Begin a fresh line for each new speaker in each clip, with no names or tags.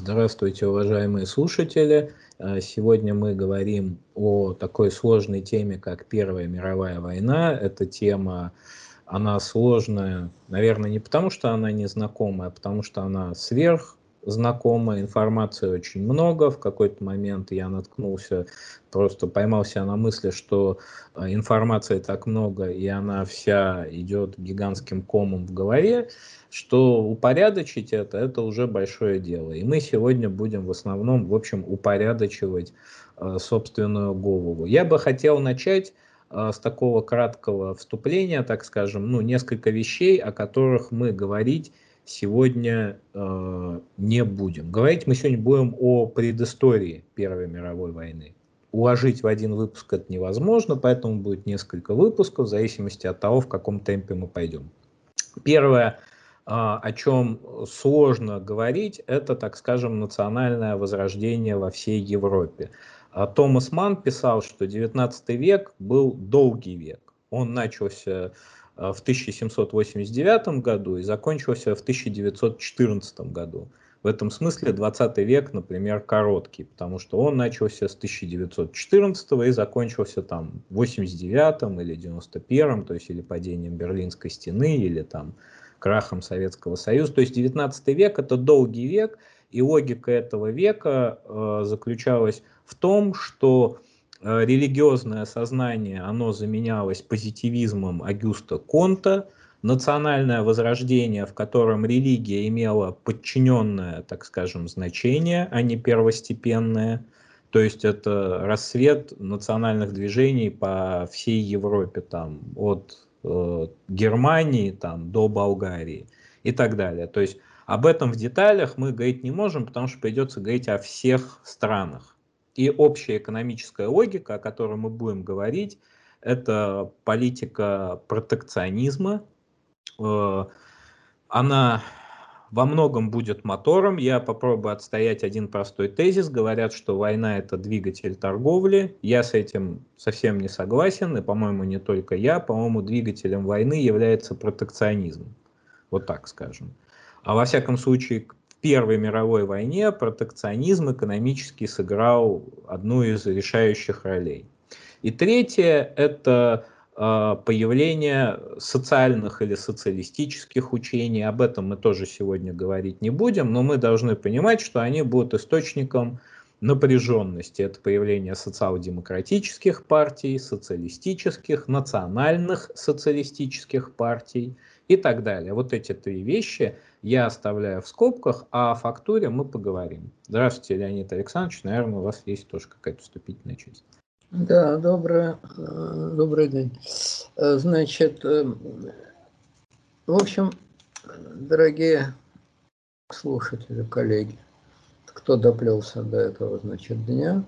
Здравствуйте, уважаемые слушатели. Сегодня мы говорим о такой сложной теме, как Первая мировая война. Эта тема, она сложная, наверное, не потому, что она незнакомая, а потому что она сверхзнакомая, информации очень много. В какой-то момент я наткнулся, просто поймался на мысли, что информации так много, и она вся идет гигантским комом в голове, что упорядочить это уже большое дело. И мы сегодня будем в основном, в общем, упорядочивать собственную голову. Я бы хотел начать с такого краткого вступления, так скажем, несколько вещей, о которых мы говорить сегодня не будем. Говорить мы сегодня будем о предыстории Первой мировой войны. Уложить в один выпуск это невозможно, поэтому будет несколько выпусков, в зависимости от того, в каком темпе мы пойдем. Первое, о чем сложно говорить, это, так скажем, национальное возрождение во всей Европе. Томас Манн писал, что XIX век был долгий век. Он начался в 1789 году и закончился в 1914 году. В этом смысле 20 век, например, короткий, потому что он начался с 1914 и закончился там в 89 или 91, то есть или падением Берлинской стены, или там крахом Советского Союза. То есть 19 век это долгий век, и логика этого века заключалась в том, что религиозное сознание, оно заменялось позитивизмом Агюста Конта, национальное возрождение, в котором религия имела подчиненное, так скажем, значение, а не первостепенное. То есть это рассвет национальных движений по всей Европе, там, от Германии там, до Болгарии и так далее. То есть об этом в деталях мы говорить не можем, потому что придется говорить о всех странах. И общая экономическая логика, о которой мы будем говорить, это политика протекционизма. Она во многом будет мотором. Я попробую отстоять один простой тезис. Говорят, что война – это двигатель торговли. Я с этим совсем не согласен. И, по-моему, не только я. По-моему, двигателем войны является протекционизм. Вот так скажем. А во всяком случае, в Первой мировой войне протекционизм экономически сыграл одну из решающих ролей. И третье – это появление социальных или социалистических учений. Об этом мы тоже сегодня говорить не будем, но мы должны понимать, что они будут источником напряженности. Это появление социал-демократических партий, социалистических, национальных социалистических партий и так далее. Вот эти три вещи я оставляю в скобках, а о фактуре мы поговорим. Здравствуйте, Леонид Александрович. Наверное, у вас есть тоже какая-то вступительная часть.
Да, добрый день. Значит, в общем, дорогие слушатели, коллеги, кто доплелся до этого, значит, дня,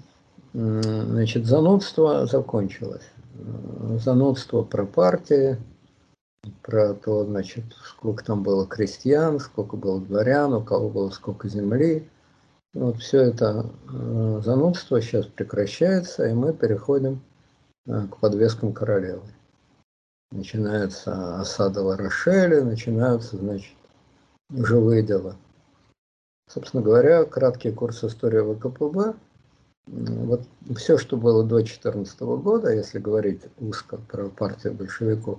значит, занудство закончилось. Занудство про партии, про то, значит, сколько там было крестьян, сколько было дворян, у кого было сколько земли. Вот все это занудство сейчас прекращается, и мы переходим к подвескам королевы. Начинается осада Ла-Рошеля, начинаются, значит, живые дела. Собственно говоря, краткий курс истории ВКПБ. Вот все, что было до 2014 года, если говорить узко про партию большевиков,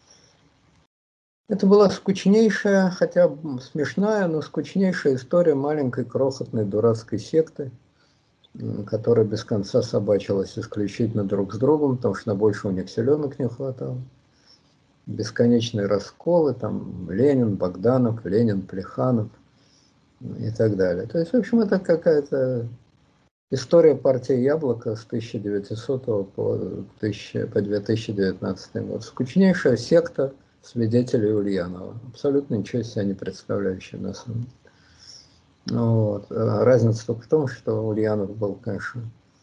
это была скучнейшая, хотя смешная, но скучнейшая история маленькой, крохотной, дурацкой секты, которая без конца собачилась исключительно друг с другом, потому что на больше у них селенок не хватало. Бесконечные расколы, там Ленин, Богданов, Ленин, Плеханов и так далее. То есть, в общем, это какая-то история партии «Яблоко» с 1900 по 2019 год. Скучнейшая секта свидетелей Ульянова. Абсолютно ничего из себя не представляющая на самом деле. Вот. Разница только в том, что Ульянов был, конечно,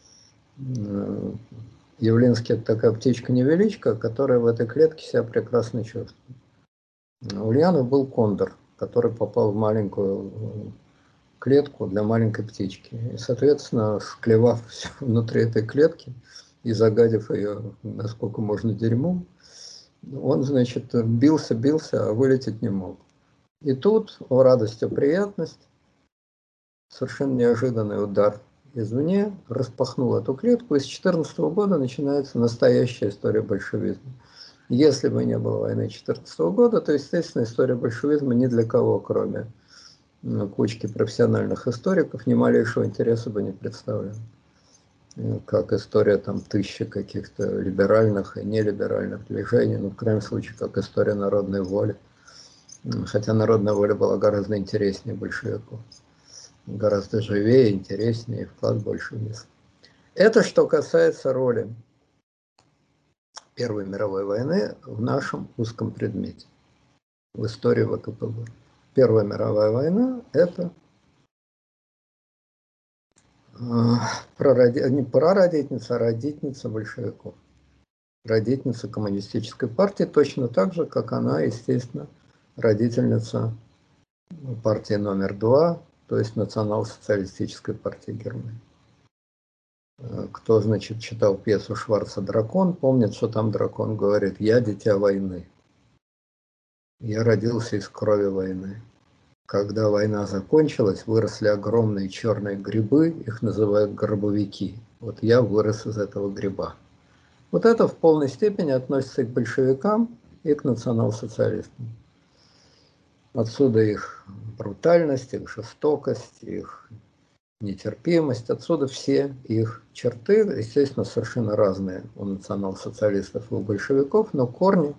Явлинский – это такая птичка-невеличка, которая в этой клетке себя прекрасно чувствует. Ульянов был кондор, который попал в маленькую клетку для маленькой птички. И, соответственно, склевав все внутри этой клетки и загадив ее насколько можно дерьмом, он, значит, бился, а вылететь не мог. И тут, о радость, о приятность, совершенно неожиданный удар извне распахнул эту клетку, и с 2014 года начинается настоящая история большевизма. Если бы не было войны 2014 года, то, естественно, история большевизма ни для кого, кроме кучки профессиональных историков, ни малейшего интереса бы не представляла. Как история там тысячи каких-то либеральных и нелиберальных движений, ну, в крайнем случае, как история народной воли. Хотя народная воля была гораздо интереснее большевиков. Гораздо живее, интереснее, и вклад больше внес. Это что касается роли Первой мировой войны в нашем узком предмете, в истории ВКПБ. Первая мировая война – это не прародительница, а родительница большевиков. Родительница коммунистической партии, точно так же, как она, естественно, родительница партии номер 2, то есть национал-социалистической партии Германии. Кто, значит, читал пьесу Шварца «Дракон», помнит, что там дракон говорит: «Я дитя войны, я родился из крови войны. Когда война закончилась, выросли огромные черные грибы, их называют гробовики. Вот я вырос из этого гриба». Вот это в полной степени относится и к большевикам, и к национал-социалистам. Отсюда их брутальность, их жестокость, их нетерпимость, отсюда все их черты, естественно, совершенно разные у национал-социалистов и у большевиков, но корни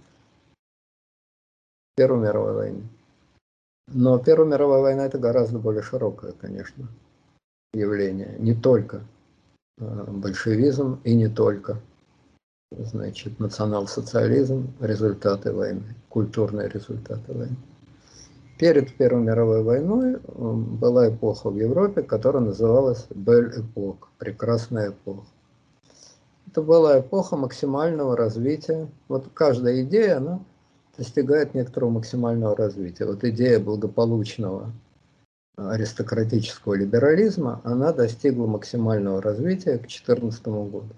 Первой мировой войны. Но Первая мировая война – это гораздо более широкое, конечно, явление. Не только большевизм и не только, значит, национал-социализм, результаты войны, культурные результаты войны. Перед Первой мировой войной была эпоха в Европе, которая называлась Belle Époque, прекрасная эпоха. Это была эпоха максимального развития. Вот каждая идея, она достигает некоторого максимального развития. Вот идея благополучного аристократического либерализма, она достигла максимального развития к 2014 году.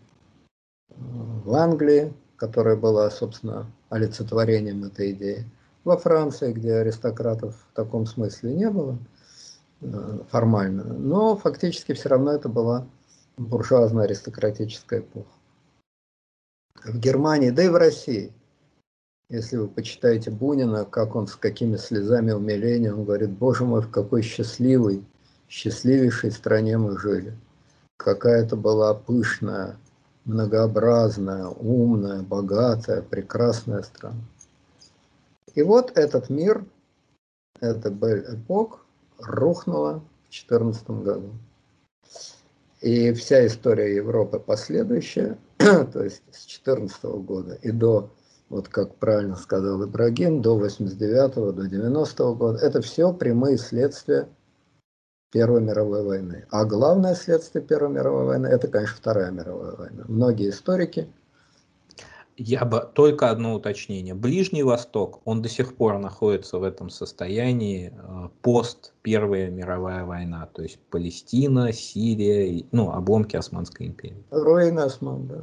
В Англии, которая была, собственно, олицетворением этой идеи, во Франции, где аристократов в таком смысле не было формально, но фактически все равно это была буржуазно-аристократическая эпоха. В Германии, да и в России, если вы почитаете Бунина, как он с какими слезами умиления, он говорит: «Боже мой, в какой счастливейшей стране мы жили. Какая это была пышная, многообразная, умная, богатая, прекрасная страна». И вот этот мир, эта Belle Époque, рухнула в 2014 году. И вся история Европы последующая, то есть с 2014 года и до, вот как правильно сказал Ибрагим, до 89-го, до 90-го года, это все прямые следствия Первой мировой войны. А главное следствие Первой мировой войны – это, конечно, Вторая мировая война. Многие историки...
Я бы только одно уточнение. Ближний Восток, он до сих пор находится в этом состоянии пост Первая мировая война. То есть Палестина, Сирия, ну, обломки Османской империи.
Руины Осман, да.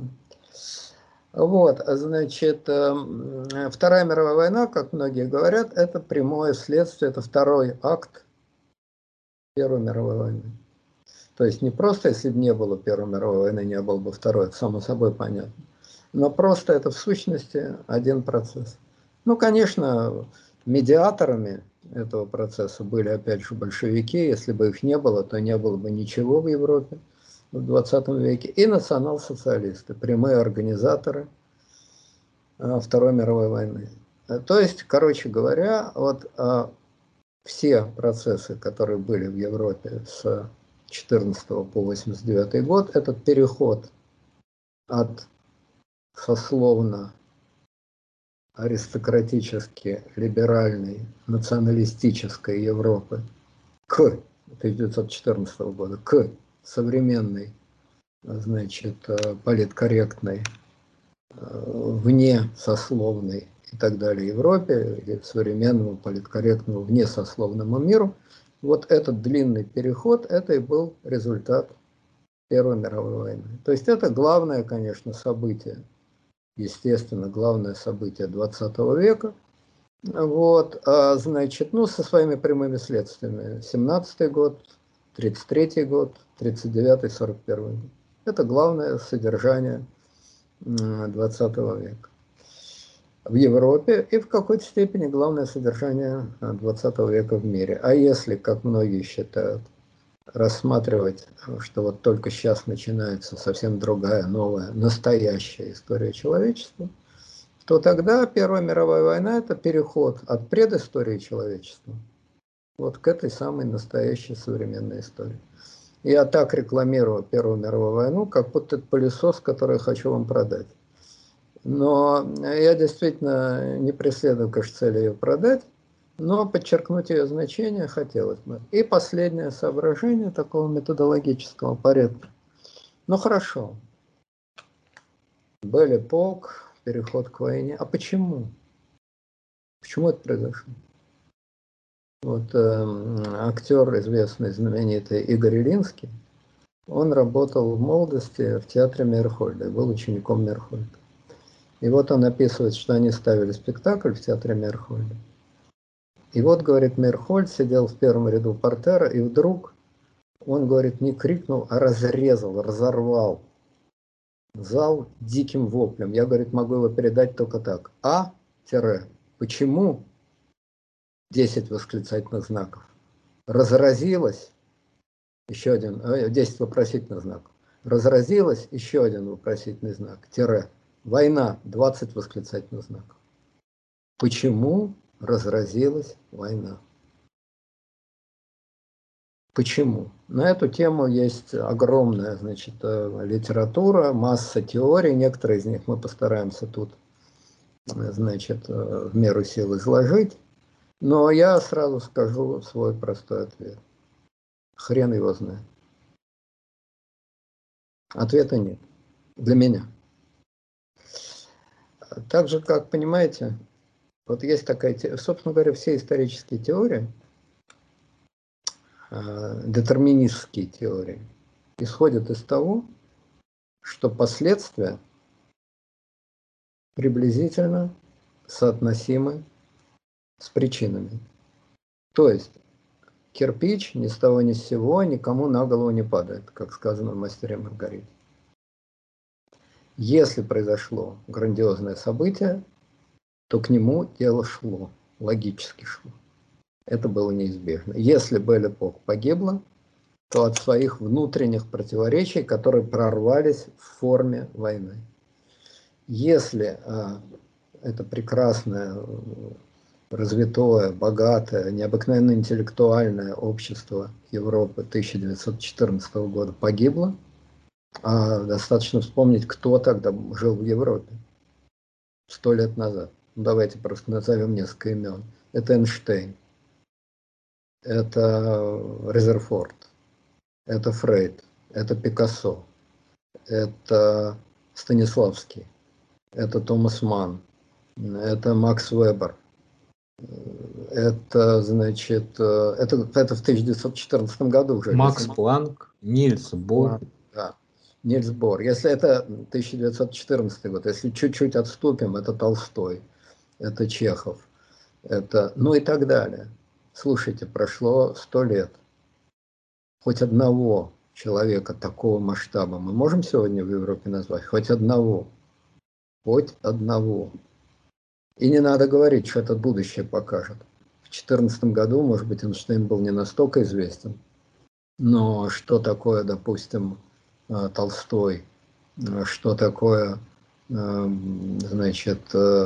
Вот, значит, Вторая мировая война, как многие говорят, это прямое следствие, это второй акт Первой мировой войны. То есть не просто, если бы не было Первой мировой войны, не было бы Второй, это само собой понятно. Но просто это в сущности один процесс. Ну, конечно, медиаторами этого процесса были, опять же, большевики. Если бы их не было, то не было бы ничего в Европе в 20 веке. И национал-социалисты, прямые организаторы Второй мировой войны. То есть, короче говоря, вот все процессы, которые были в Европе с 14 по 89 год, этот переход от сословно-аристократически либеральной националистической Европы к 1914 года к современной, значит, политкорректной, вне сословной и так далее Европе, или современному политкорректному внесословному миру, вот этот длинный переход, это и был результат Первой мировой войны. То есть это главное, конечно, событие, естественно, главное событие 20 века. Вот, значит, ну, со своими прямыми следствиями. 17-й год, 1933 год, 1939, 1941 год. Это главное содержание XX века. В Европе и в какой-то степени главное содержание XX века в мире. А если, как многие считают, рассматривать, что вот только сейчас начинается совсем другая, новая, настоящая история человечества, то тогда Первая мировая война – это переход от предыстории человечества вот к этой самой настоящей современной истории. Я так рекламирую Первую мировую войну, как будто это пылесос, который я хочу вам продать. Но я действительно не преследую, конечно, цели ее продать, но подчеркнуть ее значение хотелось бы. И последнее соображение такого методологического порядка. Ну хорошо. Бель-эпок, переход к войне. А почему? Почему это произошло? Вот актер известный, знаменитый Игорь Ильинский, он работал в молодости в театре Мейерхольда, был учеником Мейерхольда. И вот он описывает, что они ставили спектакль в театре Мейерхольда. И вот, говорит, Мейерхольд сидел в первом ряду портера, и вдруг он, говорит, не крикнул, а разрезал, разорвал зал диким воплем. Я, говорит, могу его передать только так. Почему? 10 восклицательных знаков. Разразилась, еще один, 10 вопросительных знаков. Разразилась, еще один вопросительный знак. Война, 20 восклицательных знаков. Почему разразилась война? Почему? На эту тему есть огромная, значит, литература, масса теорий. Некоторые из них мы постараемся тут, значит, в меру сил изложить. Но я сразу скажу свой простой ответ. Хрен его знает. Ответа нет. Для меня. Так же, как, понимаете, вот есть такая, собственно говоря, все исторические теории, детерминистские теории, исходят из того, что последствия приблизительно соотносимы с причинами. То есть кирпич ни с того ни с сего никому на голову не падает, как сказано в «Мастере и Маргарите». Если произошло грандиозное событие, то к нему дело шло, логически шло. Это было неизбежно. Если Бель-эпок погибла, то от своих внутренних противоречий, которые прорвались в форме войны. Если это прекрасное, развитое, богатое, необыкновенно интеллектуальное общество Европы 1914 года погибло, достаточно вспомнить, кто тогда жил в Европе 100 лет назад. Давайте просто назовем несколько имен. Это Эйнштейн, это Резерфорд, это Фрейд, это Пикассо, это Станиславский, это Томас Манн, это Макс Вебер. Это, значит, это в 1914 году уже.
Макс Планк, Нильс Бор.
Да, Нильс Бор. Если это 1914 год, если чуть-чуть отступим, это Толстой, это Чехов, это, ну и так далее. Слушайте, прошло 100 лет. Хоть одного человека такого масштаба мы можем сегодня в Европе назвать? Хоть одного. Хоть одного. И не надо говорить, что это будущее покажет. В 2014 году, может быть, Эйнштейн был не настолько известен, но что такое, допустим, Толстой, что такое, значит,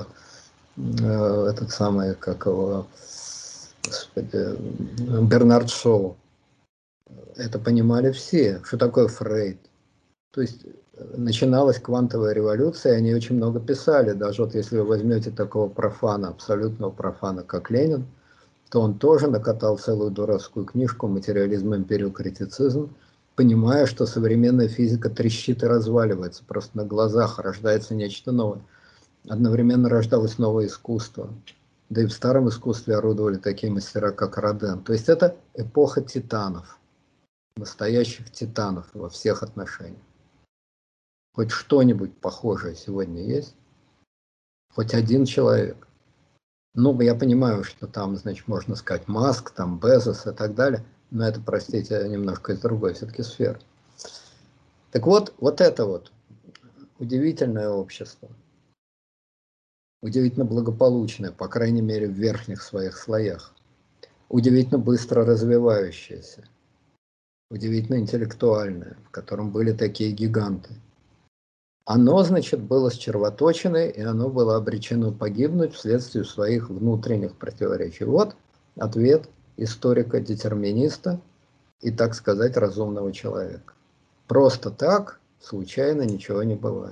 этот самый, как его, господи, Бернард Шоу. Это понимали все. Что такое Фрейд? То есть начиналась квантовая революция, они очень много писали. Даже вот если вы возьмете такого профана, абсолютного профана, как Ленин, то он тоже накатал целую дурацкую книжку «Материализм, эмпирию, критицизм», понимая, что современная физика трещит и разваливается, просто на глазах рождается нечто новое. Одновременно рождалось новое искусство. Да и в старом искусстве орудовали такие мастера, как Роден. То есть это эпоха титанов, настоящих титанов во всех отношениях. Хоть что-нибудь похожее сегодня есть? Хоть один человек? Ну, я понимаю, что там, значит, можно сказать Маск, там Безос и так далее. Но это, простите, немножко из другой все-таки сферы. Так вот, вот это вот удивительное общество, удивительно благополучное, по крайней мере, в верхних своих слоях, удивительно быстро развивающееся, удивительно интеллектуальное, в котором были такие гиганты. Оно, значит, было счервоточено, и оно было обречено погибнуть вследствие своих внутренних противоречий. Вот ответ историка-детерминиста и, так сказать, разумного человека. Просто так случайно ничего не бывает.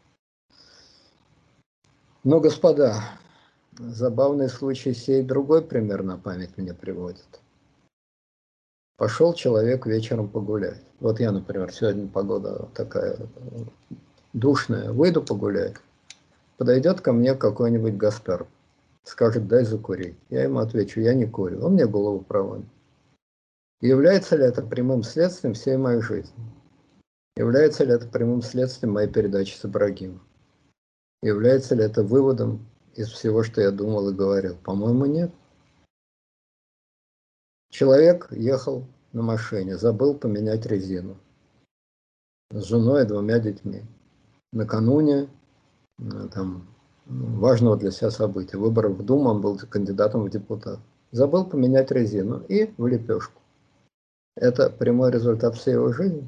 Но, господа, забавный случай сей другой пример на память мне приводит. Пошел человек вечером погулять. Вот я, например, сегодня погода такая душная, выйду погулять. Подойдет ко мне какой-нибудь Гаспар, скажет, дай закурить. Я ему отвечу, я не курю, он мне голову проломит. Является ли это прямым следствием всей моей жизни? Является ли это прямым следствием моей передачи с Ибрагимом? Является ли это выводом из всего, что я думал и говорил? По-моему, нет. Человек ехал на машине, забыл поменять резину с женой и 2 детьми. Накануне там, важного для себя события, выборов в Думу, он был кандидатом в депутат. Забыл поменять резину и в лепешку. Это прямой результат всей его жизни.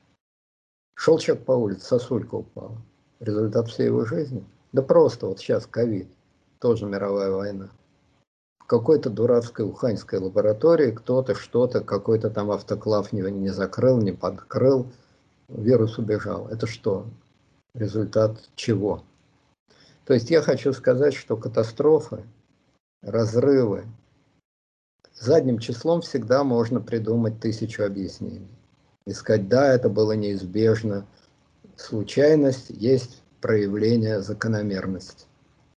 Шел человек по улице, сосулька упала. Результат всей его жизни. Да просто вот сейчас ковид, тоже мировая война. В какой-то дурацкой уханьской лаборатории кто-то что-то, какой-то там автоклав не закрыл, не подкрыл, вирус убежал. Это что? Результат чего? То есть я хочу сказать, что катастрофы, разрывы, задним числом всегда можно придумать 1000 объяснений. И сказать, да, это было неизбежно. Случайность есть проявление закономерности.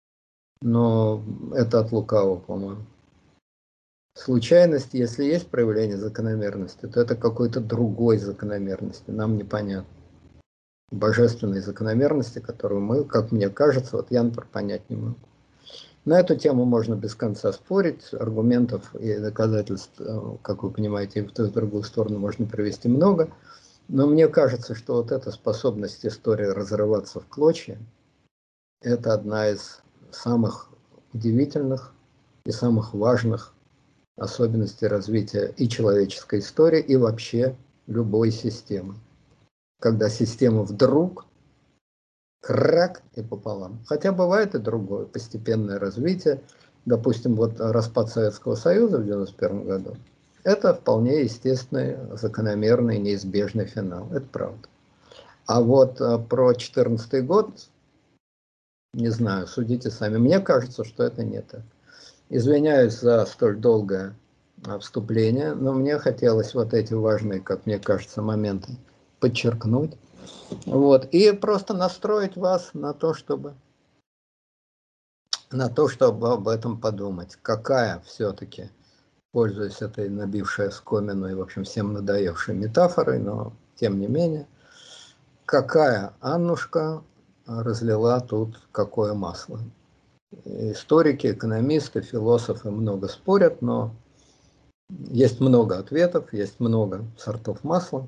Но это от лукавого, по-моему. Случайность, если есть проявление закономерности, то это какой-то другой закономерности, нам непонятно. Божественной закономерности, которую мы, как мне кажется, вот я, например, понять не могу. На эту тему можно без конца спорить, аргументов и доказательств, как вы понимаете, в ту и в другую сторону можно привести много, но мне кажется, что вот эта способность истории разрываться в клочья, это одна из самых удивительных и самых важных особенностей развития и человеческой истории, и вообще любой системы. Когда система вдруг крак и пополам. Хотя бывает и другое, постепенное развитие. Допустим, вот распад Советского Союза в 1991 году. Это вполне естественный, закономерный, неизбежный финал. Это правда. А вот про 2014 год, не знаю, судите сами. Мне кажется, что это не так. Извиняюсь за столь долгое вступление, но мне хотелось вот эти важные, как мне кажется, моменты подчеркнуть. Вот. И просто настроить вас на то, чтобы об этом подумать. Какая все-таки, пользуясь этой набившей оскомину и, в общем, всем надоевшей метафорой, но тем не менее, какая Аннушка разлила тут какое масло. Историки, экономисты, философы много спорят, но есть много ответов, есть много сортов масла,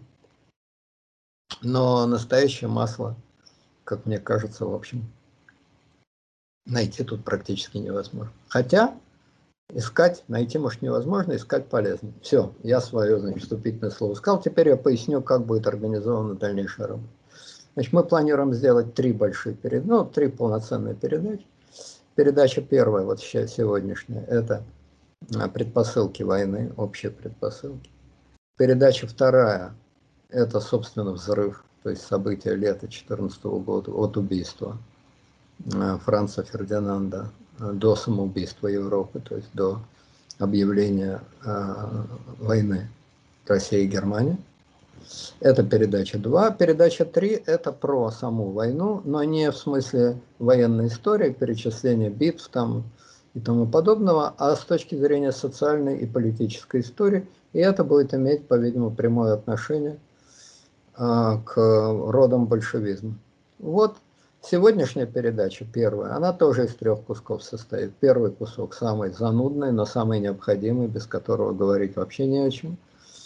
но настоящее масло, как мне кажется, в общем, найти тут практически невозможно. Хотя искать, найти, может, невозможно, искать полезно. Все, я свое, значит, вступительное слово сказал. Теперь я поясню, как будет организована дальнейшая работа. Значит, мы планируем сделать 3 большие передачи, 3 полноценные передачи. Передача первая, вот сейчас сегодняшняя, это предпосылки войны, общие предпосылки. Передача вторая, это, собственно, взрыв, то есть события лета 2014 года от убийства Франца Фердинанда до самоубийства Европы, то есть до объявления войны России и Германии. Это передача 2. Передача 3 – это про саму войну, но не в смысле военной истории, перечисления битв там и тому подобного, а с точки зрения социальной и политической истории. И это будет иметь, по-видимому, прямое отношение к родам большевизма. Вот сегодняшняя передача, первая, она тоже из 3 кусков состоит. Первый кусок самый занудный, но самый необходимый, без которого говорить вообще не о чем.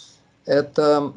Это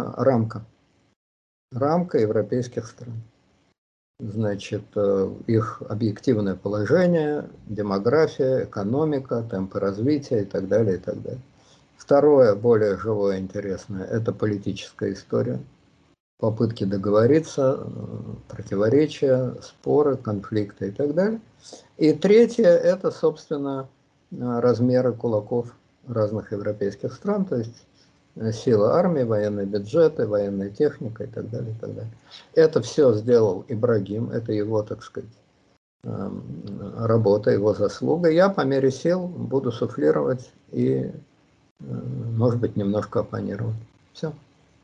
рамка европейских стран. Значит, их объективное положение, демография, экономика, темпы развития и так далее, и так далее. Второе, более живое, интересное, это политическая история. Попытки договориться, противоречия, споры, конфликты и так далее. И третье, это, собственно, размеры кулаков разных европейских стран, то есть сила армии, военные бюджеты, военная техника и так далее, и так далее. Это все сделал Ибрагим, это его, так сказать, работа, его заслуга. Я по мере сил буду суфлировать и, может быть, немножко оппонировать. Все.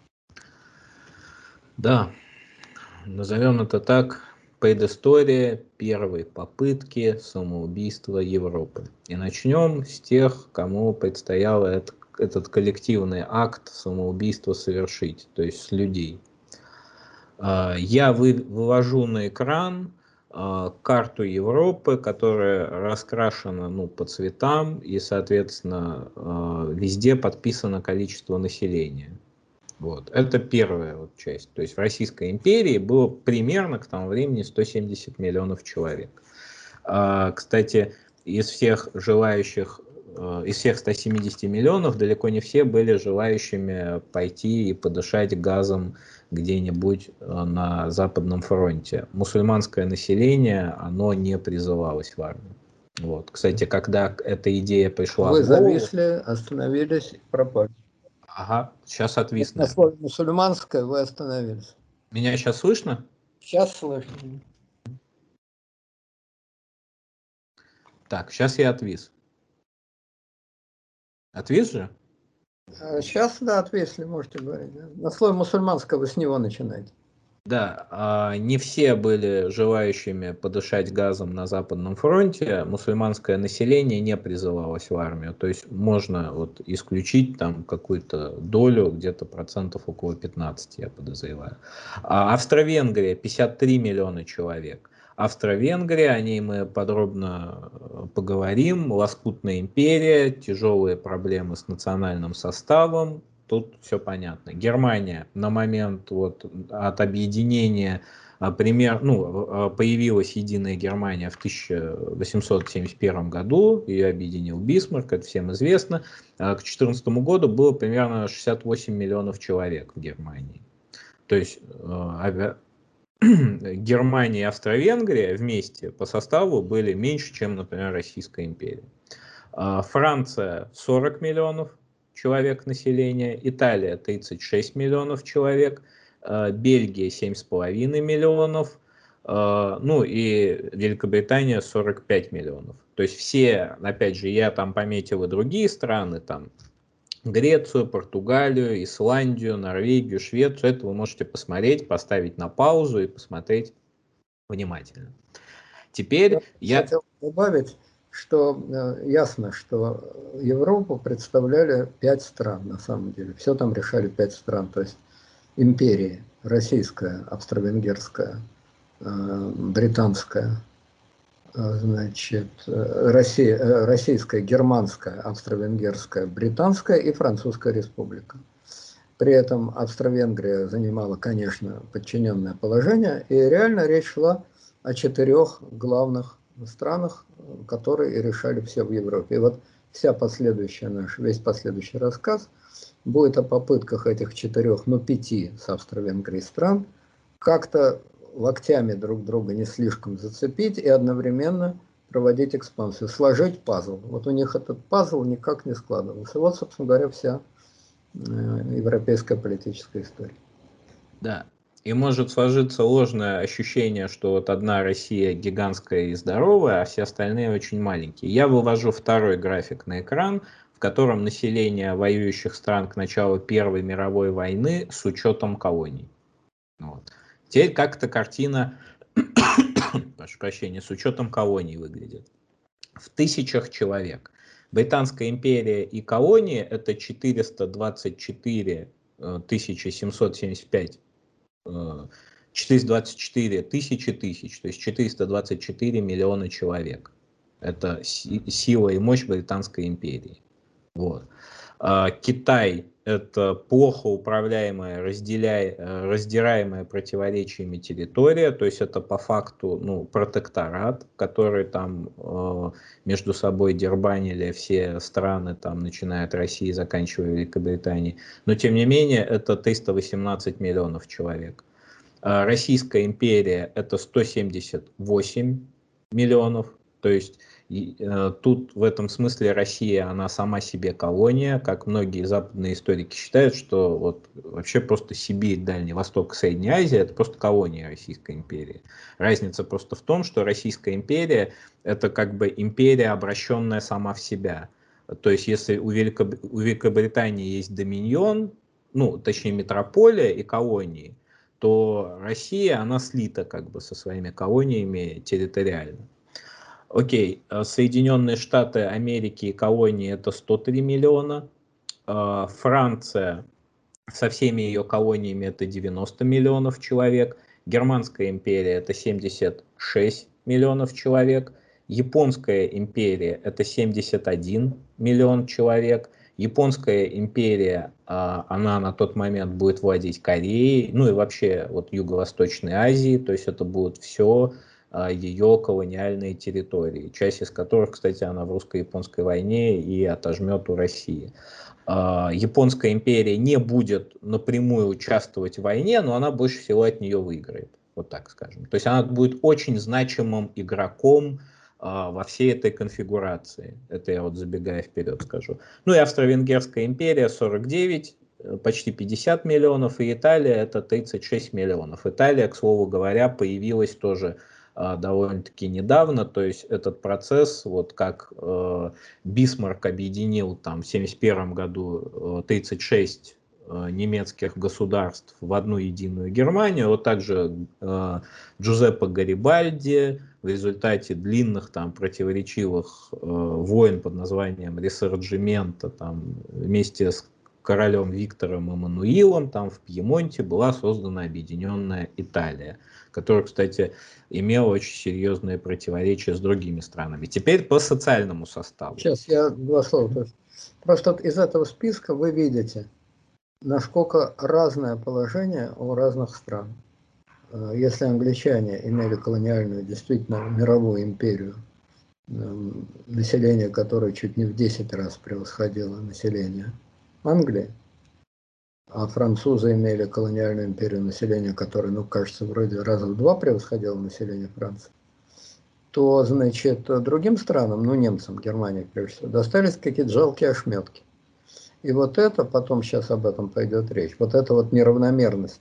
Да, назовем это так, предыстория первой попытки самоубийства Европы. И начнем с тех, кому предстояло этот коллективный акт самоубийства совершить, то есть с людей. Я вывожу на экран карту Европы, которая раскрашена по цветам и, соответственно, везде подписано количество населения. Вот. Это первая часть. То есть в Российской империи было примерно к тому времени 170 миллионов человек. Кстати, из всех желающих, из всех 170 миллионов, далеко не все были желающими пойти и подышать газом где-нибудь на Западном фронте. Мусульманское население, оно не призывалось в армию. Вот. Кстати, когда эта идея пришла
Вы
в голову...
зависли, остановились и пропали.
Ага, сейчас отвис,
На
наверное.
слове мусульманское вы остановились.
Меня сейчас слышно?
Сейчас слышно.
Так, сейчас я отвис. Отвис же?
Сейчас, да, отвесли, можете говорить. Да. На слове мусульманское вы с него начинаете.
Да, не все были желающими подышать газом на Западном фронте. Мусульманское население не призывалось в армию. То есть можно исключить там какую-то долю, где-то процентов около 15, я подозреваю. Австро-Венгрия 53 миллиона человек. Австро-Венгрия, о ней мы подробно поговорим. Лоскутная империя, тяжелые проблемы с национальным составом. Тут все понятно. Германия на момент от объединения, появилась единая Германия в 1871 году, ее объединил Бисмарк, это всем известно. К 2014 году было примерно 68 миллионов человек в Германии. То есть Германия и Австро-Венгрия вместе по составу были меньше, чем, например, Российская империя. Франция 40 миллионов человек населения, Италия 36 миллионов человек, Бельгия 7,5 миллионов, и Великобритания 45 миллионов. То есть все, опять же, я там пометил и другие страны, там Грецию, Португалию, Исландию, Норвегию, Швецию. Это вы можете посмотреть, поставить на паузу и посмотреть внимательно. Теперь
я хотел добавить, что ясно, что Европу представляли 5 стран на самом деле. Все там решали 5 стран. То есть империи: российская, австро-венгерская, британская, значит, российская, германская, австро-венгерская, британская и французская республика. При этом Австро-Венгрия занимала, конечно, подчиненное положение, и реально речь шла о 4 главных странах, которые решали все в Европе. И вот весь последующий рассказ будет о попытках этих 4, 5 с Австро-Венгрией стран как-то локтями друг друга не слишком зацепить и одновременно проводить экспансию, сложить пазл. Вот у них этот пазл никак не складывался. Вот, собственно говоря, вся европейская политическая история.
Да. И может сложиться ложное ощущение, что одна Россия гигантская и здоровая, а все остальные очень маленькие. Я вывожу второй график на экран, в котором население воюющих стран к началу Первой мировой войны с учетом колоний. Вот. Теперь как эта картина, прошу прощения, с учетом колоний выглядит. В тысячах человек. Британская империя и колонии — это 424 775 424 тысячи, то есть 424 миллиона человек. Это сила и мощь Британской империи. Вот. Китай — это плохо управляемая, раздираемая противоречиями территория, то есть это по факту, ну, протекторат, который там между собой дербанили все страны, там, начиная от России, заканчивая Великобританией. Но тем не менее это 318 миллионов человек. Российская империя — это 178 миллионов, то есть тут в этом смысле Россия, она сама себе колония, как многие западные историки считают, что вот вообще просто Сибирь, Дальний Восток, Средняя Азия — это просто колония Российской империи. Разница просто в том, что Российская империя — это как бы империя, обращенная сама в себя. То есть если у Великобритании есть доминион, ну, точнее метрополия и колонии, то Россия, она слита как бы со своими колониями территориально. Окей, Соединенные Штаты Америки и колонии — это 103 миллиона, Франция со всеми ее колониями — это 90 миллионов человек, Германская империя — это 76 миллионов человек, Японская империя — это 71 миллион человек. Японская империя, она на тот момент будет владеть Кореей, ну и вообще вот Юго-Восточной Азией, то есть это будут все ее колониальные территории, часть из которых, кстати, она в русско-японской войне и отожмет у России. Японская империя не будет напрямую участвовать в войне, но она больше всего от нее выиграет, вот так скажем. То есть она будет очень значимым игроком во всей этой конфигурации. Это я вот забегая вперед скажу. Ну и Австро-Венгерская империя 49, почти 50 миллионов, и Италия — это 36 миллионов. Италия, к слову говоря, появилась тоже довольно-таки недавно, то есть этот процесс, вот как Бисмарк объединил там в 1971 году 36 немецких государств в одну единую Германию, вот также Джузеппе Гарибальди в результате длинных там противоречивых войн под названием Ресорджимента там вместе с королем Виктором Эммануилом там в Пьемонте была создана объединенная Италия, которая, кстати, имела очень серьезные противоречия с другими странами. Теперь по социальному составу.
Сейчас я два слова. Просто из этого списка вы видите, насколько разное положение у разных стран. Если англичане имели колониальную, действительно, мировую империю, население которое чуть не в 10 раз превосходило население Англии, а французы имели колониальную империю, население которое, ну, кажется, вроде раза в 2 превосходило население Франции, то, значит, другим странам, ну, немцам, Германии, прежде всего, достались какие-то жалкие ошметки. И вот это, потом сейчас об этом пойдет речь, вот эта вот неравномерность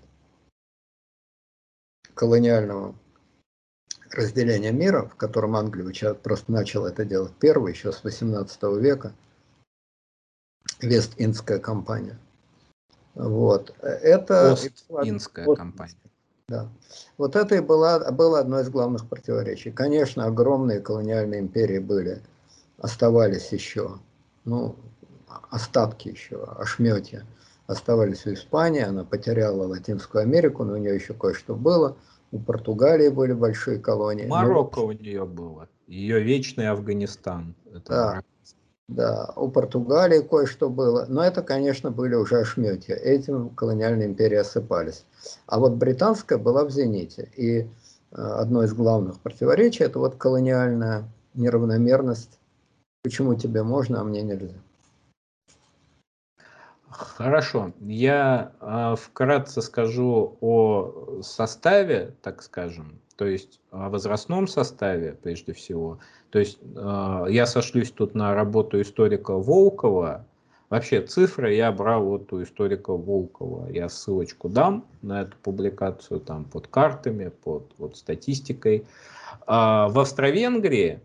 колониального разделения мира, в котором Англия просто начала это делать первой, еще с 18 века, Вест-Индская компания. Вот. Это
Ост-Индская компания.
Да. Вот это и было одно из главных противоречий. Конечно, огромные колониальные империи оставались еще, ну, остатки еще, ошметья оставались у Испании, она потеряла Латинскую Америку, но у нее еще кое-что было. У Португалии были большие колонии.
Марокко у нее было. Ее вечный Афганистан. Это
да,
Марокко.
да, у Португалии кое-что было. Но это, конечно, были уже ошметья. Этим колониальные империи осыпались. А вот британская была в зените. И одно из главных противоречий — это вот колониальная неравномерность. Почему тебе можно, а мне нельзя?
Хорошо. Я вкратце скажу о составе, так скажем, то есть о возрастном составе прежде всего. То есть я сошлюсь тут на работу историка Волкова. Вообще цифры я брал вот у историка Волкова. Я ссылочку дам на эту публикацию там под картами, под вот статистикой. В Австро-Венгрии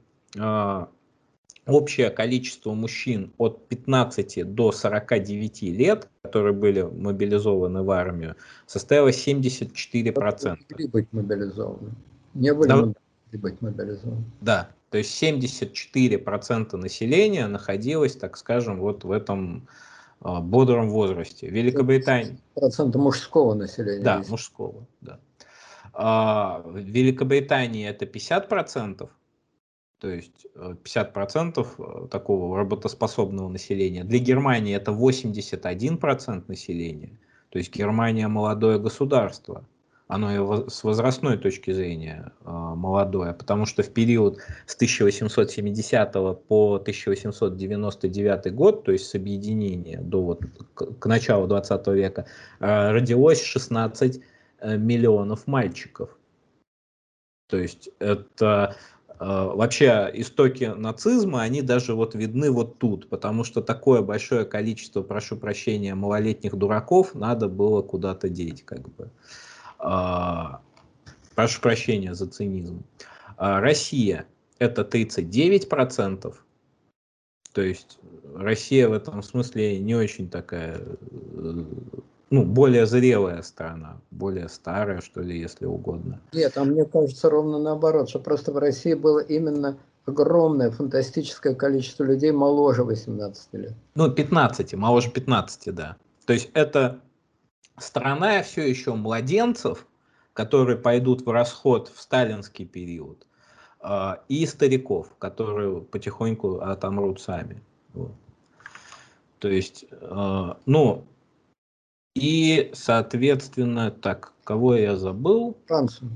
общее количество мужчин от 15 до 49 лет, которые были мобилизованы в армию, составило 74%.
Могли быть мобилизованы. Не были,
Да,
но могли быть мобилизованы.
да, то есть 74% населения находилось, так скажем, вот в этом бодром возрасте. Великобритания.
Процента мужского населения.
Да, мужского. Да. В Великобритании это 50%, то есть 50% такого работоспособного населения. Для Германии это 81% населения, то есть Германия молодое государство. Оно и с возрастной точки зрения молодое, потому что в период с 1870 по 1899 год, то есть с объединения до вот, к началу 20 века, родилось 16 миллионов мальчиков. То есть это вообще истоки нацизма, они даже вот видны вот тут, потому что такое большое количество, прошу прощения, малолетних дураков надо было куда-то деть, как бы. Прошу прощения за цинизм. Россия это 39%, то есть Россия в этом смысле не очень такая, ну, более зрелая страна, более старая, что ли, если угодно.
Нет, а мне кажется ровно наоборот, что просто в России было именно огромное, фантастическое количество людей моложе 18 лет.
Ну, 15, моложе 15, да. То есть это страна все еще младенцев, которые пойдут в расход в сталинский период, и стариков, которые потихоньку отомрут сами. Вот. То есть, ну, и, соответственно, так, кого я забыл?
Францию.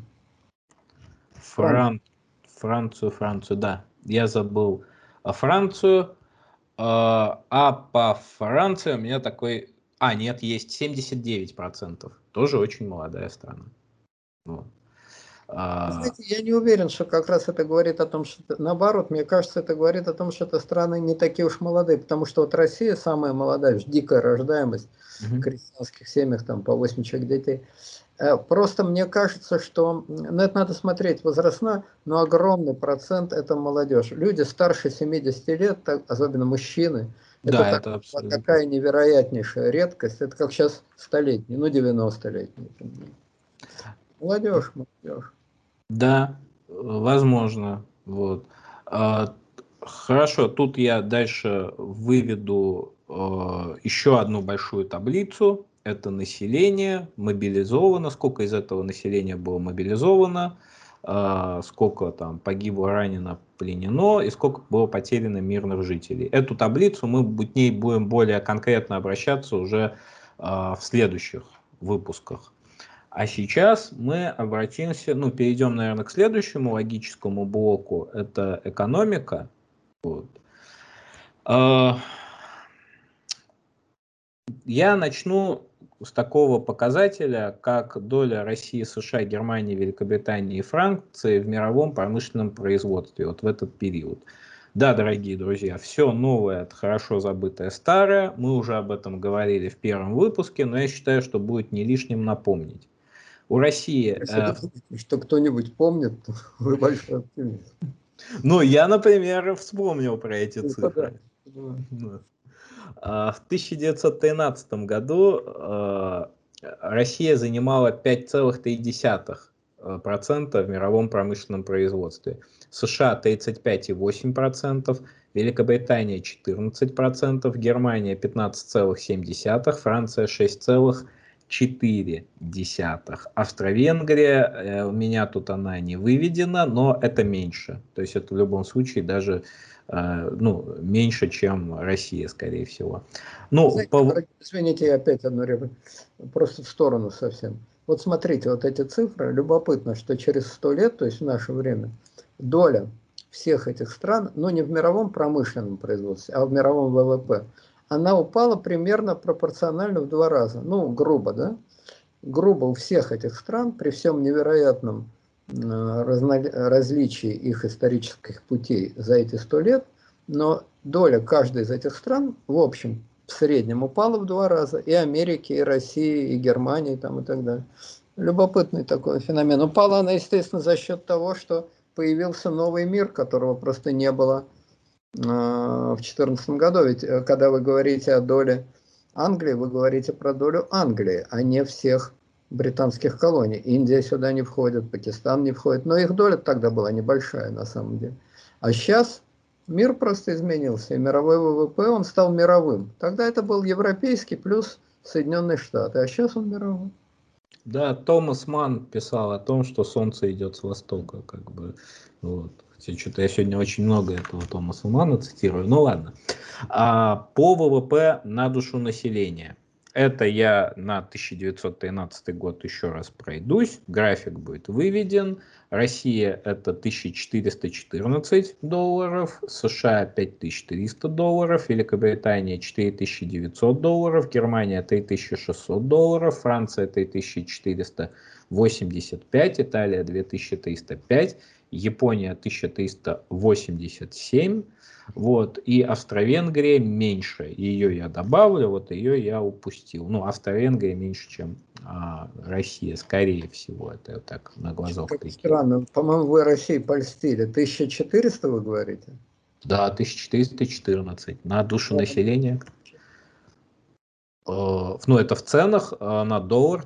Францию, да. Я забыл Францию. А по Франции у меня такой... нет, есть 79%. Тоже очень молодая страна. Вот.
Знаете, я не уверен, что как раз это говорит о том, что наоборот, мне кажется, это говорит о том, что это страны не такие уж молодые, потому что вот Россия самая молодая, дикая рождаемость в крестьянских семьях, там по 8 человек детей. Просто мне кажется, что, ну, это надо смотреть возрастно, но огромный процент это молодежь. Люди старше 70 лет, особенно мужчины,
Да,
это
это абсолютно.
такая невероятнейшая редкость. Это как сейчас столетний, ну 90-летний. Молодежь, молодежь.
Да, возможно. Вот. Хорошо, тут я дальше выведу еще одну большую таблицу. Это население мобилизовано, сколько из этого населения было мобилизовано, сколько там погибло, ранено, пленено и сколько было потеряно мирных жителей. Эту таблицу мы к ней будем более конкретно обращаться уже в следующих выпусках. А сейчас мы обратимся, ну, перейдем, наверное, к следующему логическому блоку. Это экономика. Вот. Я начну с такого показателя, как доля России, США, Германии, Великобритании и Франции в мировом промышленном производстве вот в этот период. Да, дорогие друзья, все новое, это хорошо забытое старое. Мы уже об этом говорили в первом выпуске, но я считаю, что будет не лишним напомнить. У России...
Что кто-нибудь помнит, вы большой оптимист.
Ну, я, например, вспомнил про эти цифры.
Да.
В 1913 году Россия занимала 5,3% в мировом промышленном производстве. США 35,8%, Великобритания 14%, Германия 15,7%, Франция 6,4%. Австро-Венгрия, у меня тут она не выведена, но это меньше. То есть это в любом случае даже ну, меньше, чем Россия, скорее всего. Ну,
знаете, извините, я опять одну реплику, просто в сторону совсем. Вот смотрите, вот эти цифры, любопытно, что через 100 лет, то есть в наше время, доля всех этих стран, ну не в мировом промышленном производстве, а в мировом ВВП, она упала примерно пропорционально в 2 раза. Ну, грубо, да? Грубо у всех этих стран, при всем невероятном различии их исторических путей за эти 100 лет, но доля каждой из этих стран, в общем, в среднем упала в 2 раза. И Америки, и России, и Германии, там, и так далее. Любопытный такой феномен. Упала она, естественно, за счет того, что появился новый мир, которого просто не было в 2014 году. Ведь когда вы говорите о доле Англии, вы говорите про долю Англии, а не всех британских колоний. Индия сюда не входит, Пакистан не входит, но их доля тогда была небольшая на самом деле. А сейчас мир просто изменился, и мировой ВВП, он стал мировым. Тогда это был европейский плюс Соединенные Штаты, а сейчас он мировой.
Да, Томас Манн писал о том, что солнце идет с востока, как бы, вот. Что-то я сегодня очень много этого Томаса Манна цитирую, ну ладно. По ВВП на душу населения. Это я на 1913 год еще раз пройдусь. График будет выведен. Россия это 1414 долларов, США 5300 долларов, Великобритания 4900 долларов, Германия 3600 долларов, Франция 3485, Италия 2305, Япония 1387. Вот, и Австро-Венгрия меньше. Ее я добавлю, вот ее я упустил. Ну, Австро-Венгрия меньше, чем Россия, скорее всего. Это я так на глазок
Как
прикинул.
странно, по-моему, вы России польстили. 1400 вы говорите?
Да, 1414 на душу населения. Ну, это в ценах на доллар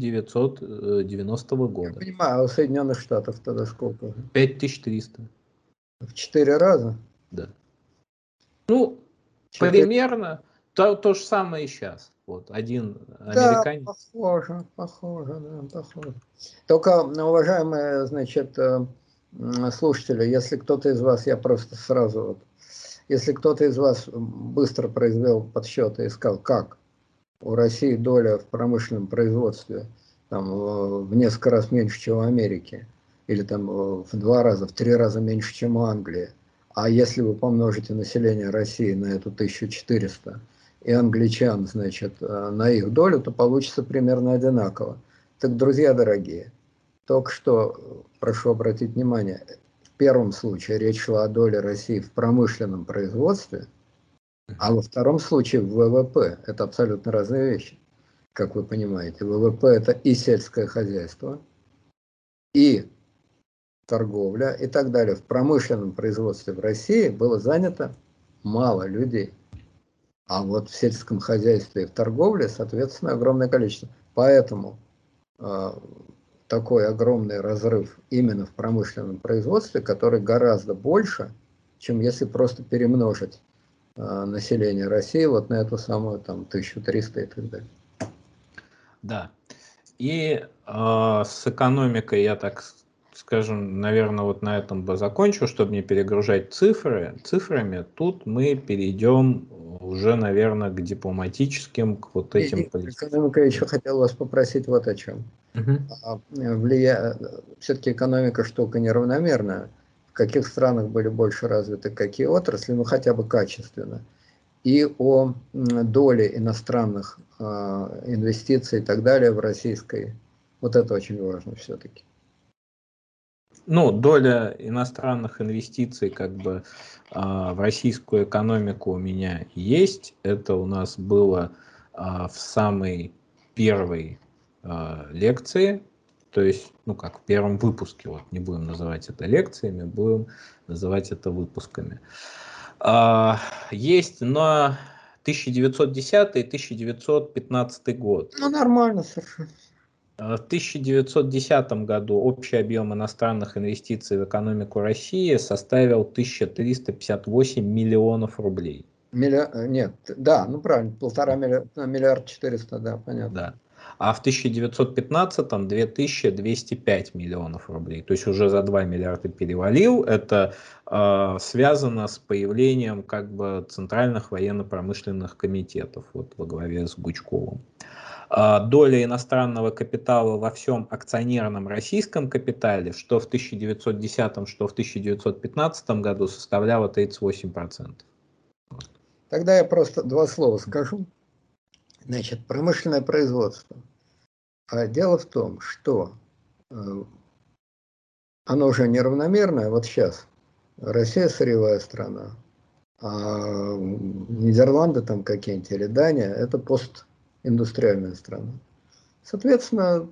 1990
Я
года.
понимаю, а у Соединенных Штатов тогда сколько?
5300,
В 4 раза?
да. Ну,
4.
примерно то же самое и сейчас. Вот, один
Да,
американец.
похоже, похоже, да, похоже. Только, уважаемые, значит, слушатели, если кто-то из вас, я просто сразу вот, если кто-то из вас быстро произвел подсчеты и сказал, как у России доля в промышленном производстве там, в несколько раз меньше, чем в Америке, или там в 2 раза, в 3 раза меньше, чем у Англии. А если вы помножите население России на эту 1400 и англичан, значит, на их долю, то получится примерно одинаково. Так, друзья дорогие, только что, прошу обратить внимание, в первом случае речь шла о доле России в промышленном производстве, а во втором случае в ВВП. Это абсолютно разные вещи, как вы понимаете. ВВП это и сельское хозяйство, и торговля, и так далее. В промышленном производстве в России было занято мало людей. А вот в сельском хозяйстве и в торговле, соответственно, огромное количество. Поэтому такой огромный разрыв именно в промышленном производстве, который гораздо больше, чем если просто перемножить население России вот на эту самую там 1300 и так далее.
Да. И с экономикой я так скажем, наверное, вот на этом бы закончу, чтобы не перегружать цифрами. Тут мы перейдем уже, наверное, к дипломатическим, к вот этим политическим.
Экономика, я еще хотел вас попросить вот о чем.
Мгм.
Все-таки экономика штука неравномерная. В каких странах были больше развиты какие отрасли, ну хотя бы качественно. И о доле иностранных инвестиций и так далее в российской. Вот это очень важно все-таки.
Ну, доля иностранных инвестиций как бы в российскую экономику у меня есть. Это у нас было в самой первой лекции, то есть, ну как, в первом выпуске, вот не будем называть это лекциями, будем называть это выпусками. Есть на 1910 и 1915 год.
Ну, нормально совершенно.
В 1910 году общий объем иностранных инвестиций в экономику России составил 1358 миллионов рублей.
Нет, да, ну правильно, 1,5 миллиарда 400, да, понятно.
Да. А в 1915 2205 миллионов рублей. То есть уже за 2 миллиарда перевалил. Это связано с появлением как бы центральных военно-промышленных комитетов вот, во главе с Гучковым. Доля иностранного капитала во всем акционерном российском капитале, что в 1910, что в 1915 году, составляла 38%.
Тогда я просто два слова скажу. Значит, промышленное производство. А дело в том, что оно уже неравномерное. Вот сейчас Россия сырьевая страна, а Нидерланды там какие-нибудь или Дания это постиндустриальная страна. Соответственно,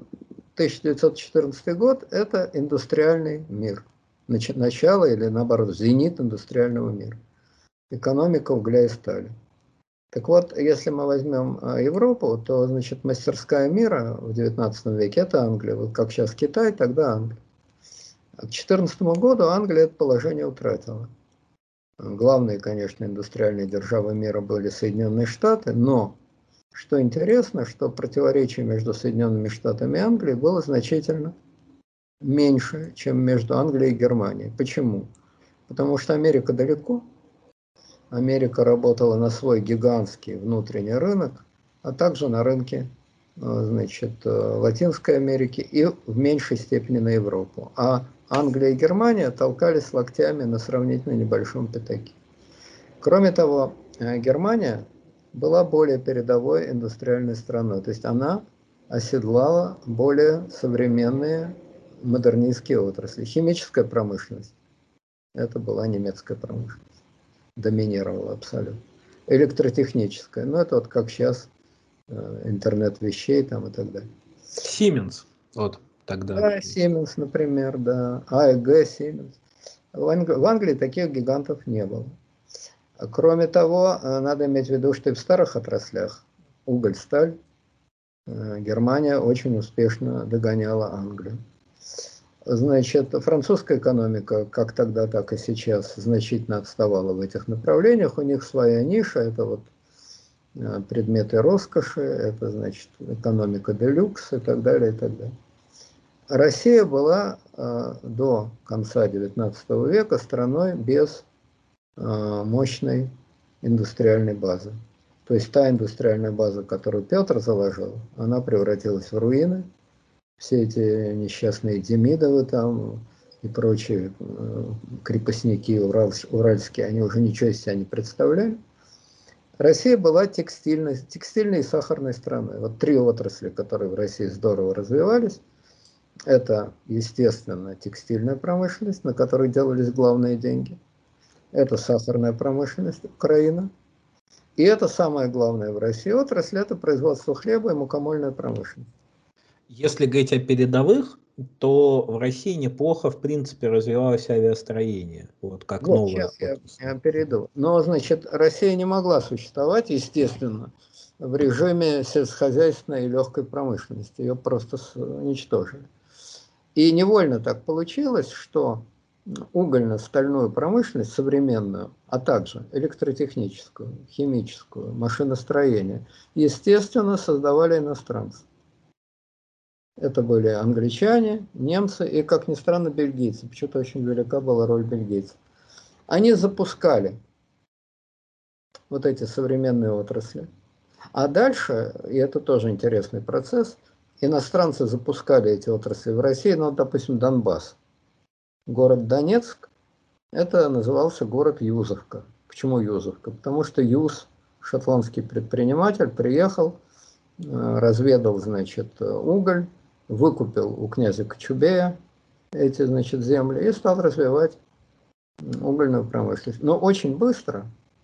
1914 год это индустриальный мир. Начало или наоборот зенит индустриального мира. Экономика угля и стали. Так вот, если мы возьмем Европу, то, значит, мастерская мира в XIX веке – это Англия. Вот как сейчас Китай, тогда Англия. А к 2014 году Англия это положение утратила. Главные, конечно, индустриальные державы мира были Соединенные Штаты, но Что интересно, что противоречие между Соединенными Штатами и Англией было значительно меньше, чем между Англией и Германией. Почему? Потому что Америка далеко. Америка работала на свой гигантский внутренний рынок, а также на рынке, значит, Латинской Америки и в меньшей степени на Европу. А Англия и Германия толкались локтями на сравнительно небольшом пятаке. Кроме того, Германия была более передовой индустриальной страной, то есть она оседлала более современные модернистские отрасли. Химическая промышленность, это была немецкая промышленность, доминировала абсолютно. Электротехническая, ну это вот как сейчас интернет вещей там и так далее.
Siemens, вот тогда.
Да, Siemens, например, да, AEG, Siemens. В Англии таких гигантов не было. Кроме того, надо иметь в виду, что и в старых отраслях, уголь, сталь, Германия очень успешно догоняла Англию. Значит, французская экономика, как тогда, так и сейчас, значительно отставала в этих направлениях. У них своя ниша, это вот предметы роскоши, это, значит, экономика делюкс и так далее, и так далее. Россия была до конца XIX века страной без мощной индустриальной базы. То есть та индустриальная база, которую Петр заложил, она превратилась в руины. Все эти несчастные Демидовы там и прочие крепостники уральские, они уже ничего из себя не представляли. Россия была текстильной и сахарной страной. Вот три отрасли, которые в России здорово развивались. Это, естественно, текстильная промышленность, на которой делались главные деньги. Это сахарная промышленность Украина. И это самое главное в России отрасль, это производство хлеба и мукомольная промышленность.
Если говорить о передовых, то в России неплохо, в принципе, развивалось авиастроение. Вот как
Вот,
новая
сейчас
отрасль.
я перейду. Но, значит, Россия не могла существовать, естественно, в режиме сельскохозяйственной и легкой промышленности. Ее просто уничтожили. И невольно так получилось, что угольно-стальную промышленность современную, а также электротехническую, химическую, машиностроение, естественно, создавали иностранцы. Это были англичане, немцы и, как ни странно, бельгийцы. Почему-то очень велика была роль бельгийцев. Они запускали вот эти современные отрасли. А дальше, и это тоже интересный процесс, иностранцы запускали эти отрасли в России, ну, допустим, Донбасс. Город Донецк, это назывался город Юзовка. Почему Юзовка? Потому что Юз, шотландский предприниматель, приехал, разведал, значит, уголь, выкупил у князя Кочубея эти, значит, земли и стал развивать угольную промышленность. Но очень быстро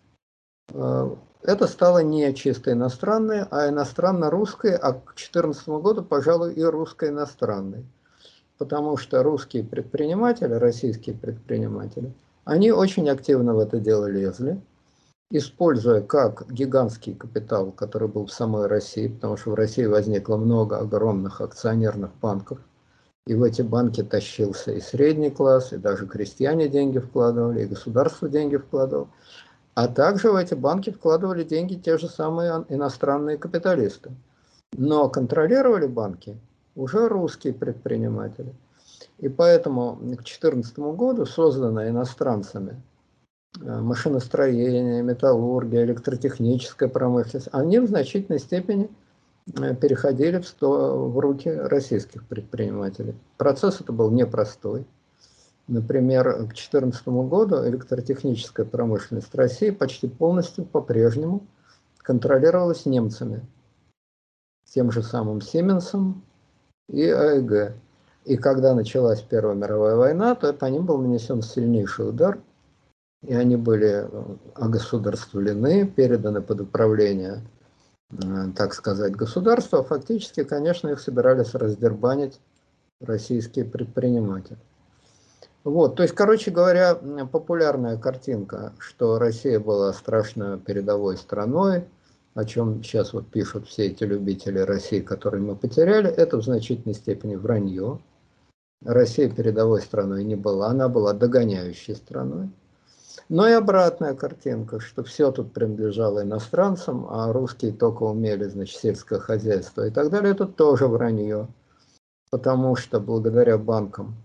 это стало не чисто иностранное, а иностранно-русское, а к 2014 году, пожалуй, и русско-иностранное. Потому что русские предприниматели, российские предприниматели, они очень активно в это дело лезли, используя как гигантский капитал, который был в самой России, потому что в России возникло много огромных акционерных банков, и в эти банки тащился и средний класс, и даже крестьяне деньги вкладывали, и государство деньги вкладывало. А также в эти банки вкладывали деньги те же самые иностранные капиталисты. Но контролировали банки уже русские предприниматели. И поэтому к 2014 году создана иностранцами машиностроение, металлургия, электротехническая промышленность, они в значительной степени переходили в руки российских предпринимателей. Процесс это был непростой. Например, к 2014 году электротехническая промышленность России почти полностью по-прежнему контролировалась немцами, тем же самым Сименсом и АЭГ. И когда началась Первая мировая война, то по ним был нанесен сильнейший удар, и они были огосударствлены, переданы под управление, так сказать, государства. Фактически, конечно, их собирались раздербанить российские предприниматели. Вот, то есть, короче говоря, популярная картинка, что Россия была страшно передовой страной, о чем сейчас вот пишут все эти любители России, которые мы потеряли, это в значительной степени вранье. Россия передовой страной не была, она была догоняющей страной. Но и обратная картинка, что все тут принадлежало иностранцам, а русские только умели, значит, сельское хозяйство и так далее, это тоже вранье, потому что благодаря банкам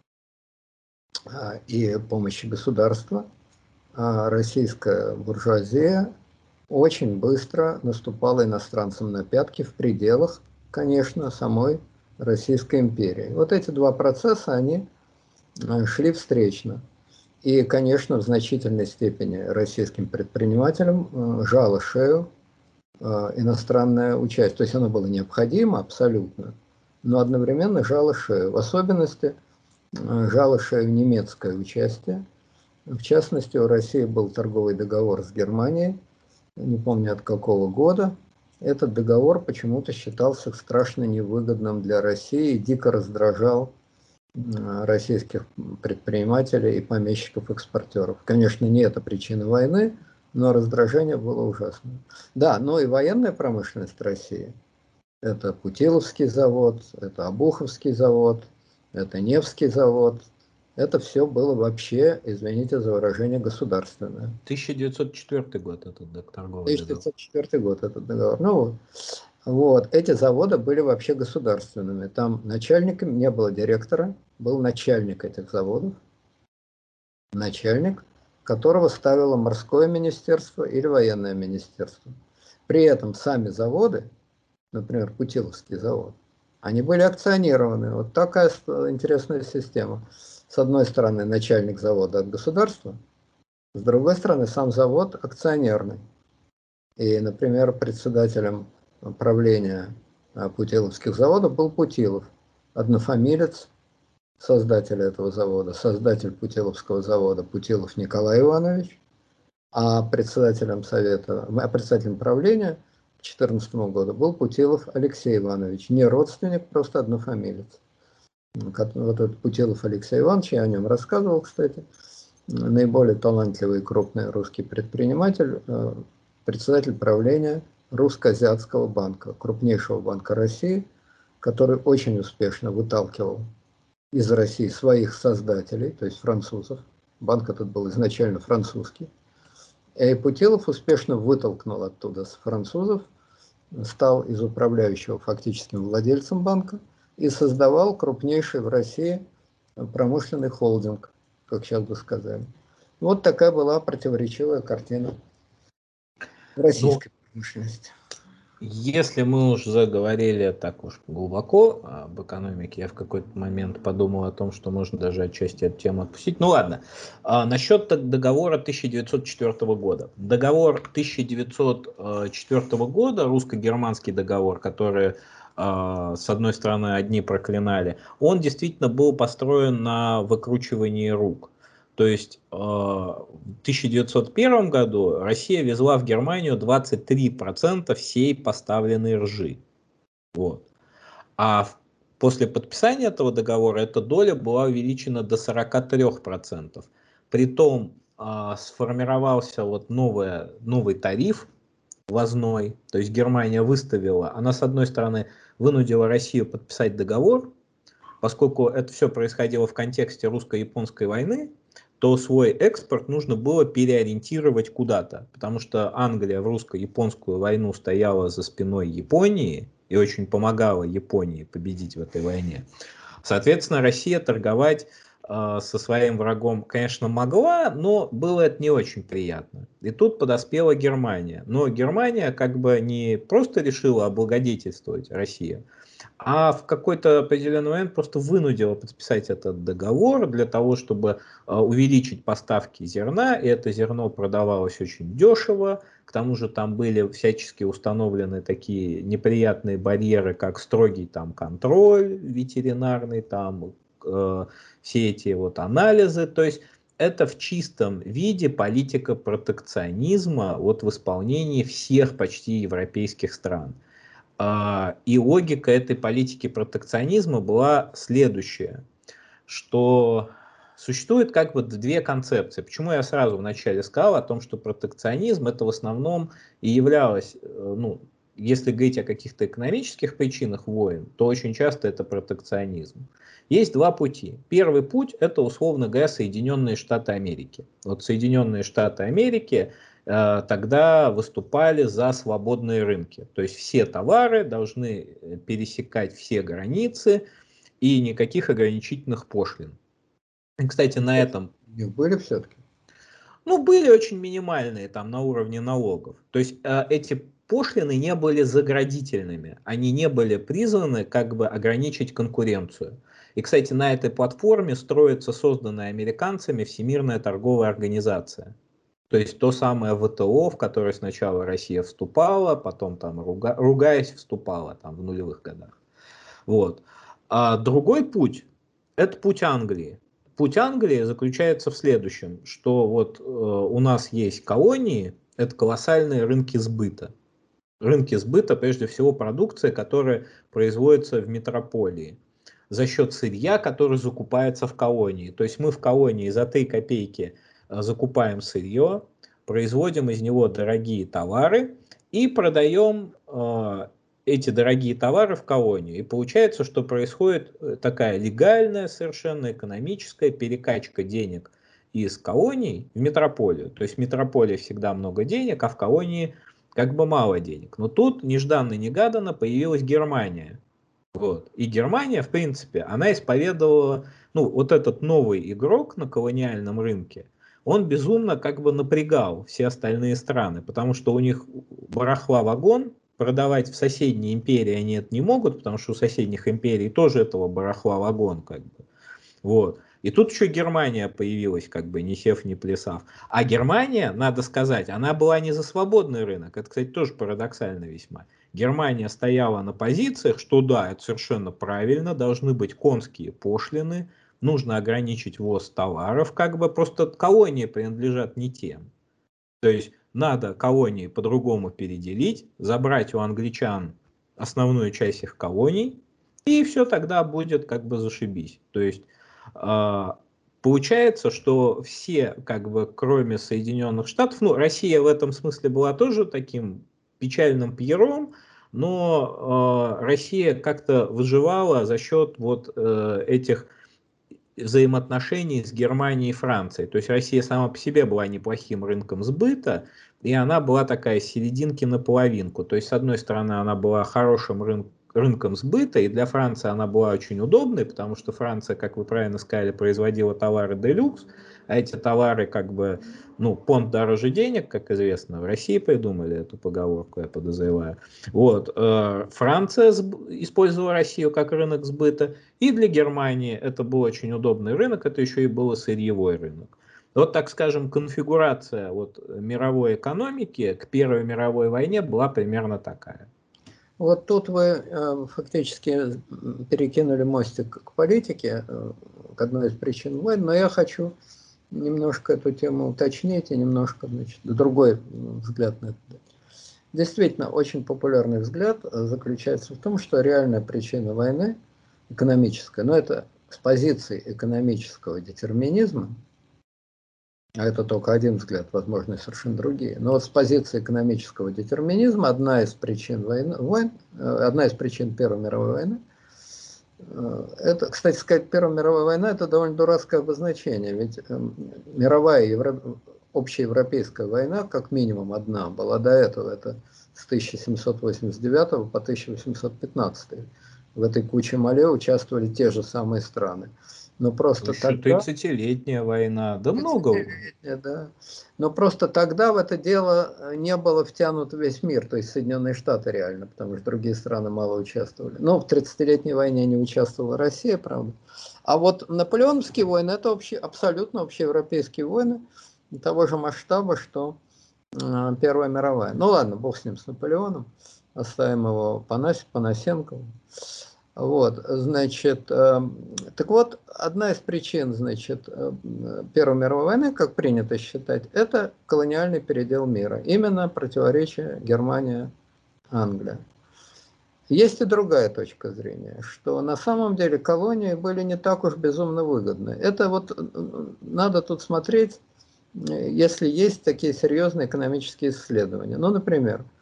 и помощи государства российская буржуазия очень быстро наступала иностранцам на пятки в пределах, конечно, самой Российской империи. Вот эти два процесса, они шли встречно. И, конечно, в значительной степени российским предпринимателям жало шею иностранное участие. То есть оно было необходимо абсолютно, но одновременно жало шею. В особенности жало шею немецкое участие. В частности, у России был торговый договор с Германией, не помню от какого года. Этот договор почему-то считался страшно невыгодным для России и дико раздражал российских предпринимателей и помещиков-экспортеров. Конечно, не это причина войны, но раздражение было ужасным. Да, но и военная промышленность России. Это Путиловский завод, это Обуховский завод, это Невский завод. Это все было вообще, извините за выражение, государственное.
1904 год этот торговый договор.
1904 год этот договор. Ну вот, эти заводы были вообще государственными. Там начальником не было директора, был начальник этих заводов, начальник, которого ставило морское министерство или военное министерство. При этом сами заводы, например, Путиловский завод, они были акционированы. Вот такая интересная система. С одной стороны, начальник завода от государства, с другой стороны, сам завод акционерный. И, например, председателем правления Путиловских заводов был Путилов, однофамилец создателя этого завода, создатель Путиловского завода Путилов Николай Иванович, а председателем правления к 2014 году был Путилов Алексей Иванович, не родственник, просто однофамилец. Вот этот Путилов Алексей Иванович, я о нем рассказывал, кстати, наиболее талантливый и крупный русский предприниматель, председатель правления Русско-Азиатского банка, крупнейшего банка России, который очень успешно выталкивал из России своих создателей, то есть французов. Банк этот был изначально французский. И Путилов успешно вытолкнул оттуда с французов, стал из управляющего фактическим владельцем банка и создавал крупнейший в России промышленный холдинг, как сейчас бы сказали. Вот такая была противоречивая картина российской промышленности.
Если мы уже заговорили так уж глубоко об экономике, я в какой-то момент подумал о том, что можно даже отчасти эту тему отпустить. Ну ладно, насчет договора 1904 года. Договор 1904 года, русско-германский договор, который, с одной стороны, одни проклинали, он действительно был построен на выкручивании рук. То есть в 1901 году Россия везла в Германию 23% всей поставленной ржи. Вот. А после подписания этого договора эта доля была увеличена до 43%. Притом сформировался вот новый тариф ввозной, то есть Германия выставила, она с одной стороны вынудила Россию подписать договор, поскольку это все происходило в контексте русско-японской войны, то свой экспорт нужно было переориентировать куда-то, потому что Англия в русско-японскую войну стояла за спиной Японии и очень помогала Японии победить в этой войне. Соответственно, Россия торговать со своим врагом, конечно, могла, но было это не очень приятно. И тут подоспела Германия. Но Германия как бы не просто решила облагодетельствовать Россию, а в какой-то определенный момент просто вынудила подписать этот договор для того, чтобы увеличить поставки зерна, и это зерно продавалось очень дешево, к тому же там были всячески установлены такие неприятные барьеры, как строгий там контроль ветеринарный, там все эти вот анализы, то есть это в чистом виде политика протекционизма вот в исполнении всех почти европейских стран. И логика этой политики протекционизма была следующая, что существует как бы две концепции. Почему я сразу вначале сказал о том, что протекционизм это в основном и являлось, ну, если говорить о каких-то экономических причинах войн, то очень часто это протекционизм. Есть два пути. Первый путь – это, условно говоря, Соединенные Штаты Америки. Вот Соединенные Штаты Америки тогда выступали за свободные рынки. То есть все товары должны пересекать все границы и никаких ограничительных пошлин. И, кстати, на этом...
Их были все-таки?
Ну, были очень минимальные там на уровне налогов. То есть эти пошлины не были заградительными, они не были призваны как бы ограничить конкуренцию. И, кстати, на этой платформе строится созданная американцами Всемирная торговая организация. То есть то самое ВТО, в которое сначала Россия вступала, потом там ругаясь вступала там в нулевых годах. Вот. А другой путь – это путь Англии. Путь Англии заключается в следующем, что вот у нас есть колонии, это колоссальные рынки сбыта. Рынки сбыта, прежде всего, продукция, которая производится в метрополии за счет сырья, который закупается в колонии. То есть мы в колонии за 3 копейки закупаем сырье, производим из него дорогие товары и продаем эти дорогие товары в колонию. И получается, что происходит такая легальная, совершенно экономическая перекачка денег из колоний в метрополию. То есть в метрополии всегда много денег, а в колонии как бы мало денег. Но тут нежданно-негаданно появилась Германия. Вот. И Германия, в принципе, она исповедовала, ну, вот этот новый игрок на колониальном рынке, он безумно как бы напрягал все остальные страны, потому что у них барахла вагон, продавать в соседние империи они это не могут, потому что у соседних империй тоже этого барахла вагон, как бы. Вот. И тут еще Германия появилась, как бы ни сев, ни плясав. А Германия, надо сказать, она была не за свободный рынок. Это, кстати, тоже парадоксально весьма. Германия стояла на позициях, что да, это совершенно правильно, должны быть конские пошлины, нужно ограничить ввоз товаров, как бы просто колонии принадлежат не тем. То есть надо колонии по-другому переделить, забрать у англичан основную часть их колоний, и все тогда будет как бы зашибись. То есть получается, что все, как бы, кроме Соединенных Штатов, ну, Россия в этом смысле была тоже таким печальным пьером, но Россия как-то выживала за счет вот этих взаимоотношений с Германией и Францией. То есть Россия сама по себе была неплохим рынком сбыта, и она была такая серединки на половинку. То есть, с одной стороны, она была хорошим рынком сбыта, и для Франции она была очень удобной, потому что Франция, как вы правильно сказали, производила товары делюкс, а эти товары как бы, ну, понт дороже денег, как известно, в России придумали эту поговорку, я подозреваю. Вот, Франция использовала Россию как рынок сбыта, и для Германии это был очень удобный рынок, это еще и был сырьевой рынок. Вот, так скажем, конфигурация вот мировой экономики к Первой мировой войне была примерно такая.
Вот тут вы фактически перекинули мостик к политике, к одной из причин войн, но я хочу немножко эту тему уточнить и немножко, значит, другой взгляд на это дать. Действительно, очень популярный взгляд заключается в том, что реальная причина войны экономическая, но это с позиции экономического детерминизма, а это только один взгляд, возможно, совершенно другие. Но вот с позиции экономического детерминизма одна из причин войн, одна из причин Первой мировой войны, это, кстати сказать, Первая мировая война – это довольно дурацкое обозначение, ведь мировая общеевропейская война, как минимум одна, была до этого, это с 1789 по 1815. В этой куче мале участвовали те же самые страны. Но просто тогда...
30-летняя война, да много.
Да. Но просто тогда в это дело не было втянут весь мир, то есть Соединенные Штаты реально, потому что другие страны мало участвовали. Но в 30-летней войне не участвовала Россия, правда. А вот наполеоновские войны – это абсолютно общеевропейские войны того же масштаба, что Первая мировая. Ну ладно, бог с ним, с Наполеоном, оставим его Панасенкову. Вот, значит, так вот, одна из причин, значит, Первой мировой войны, как принято считать, это колониальный передел мира, именно противоречие Германия-Англия. Есть и другая точка зрения, что на самом деле колонии были не так уж безумно выгодны. Это вот надо тут смотреть, если есть такие серьезные экономические исследования. Ну, например,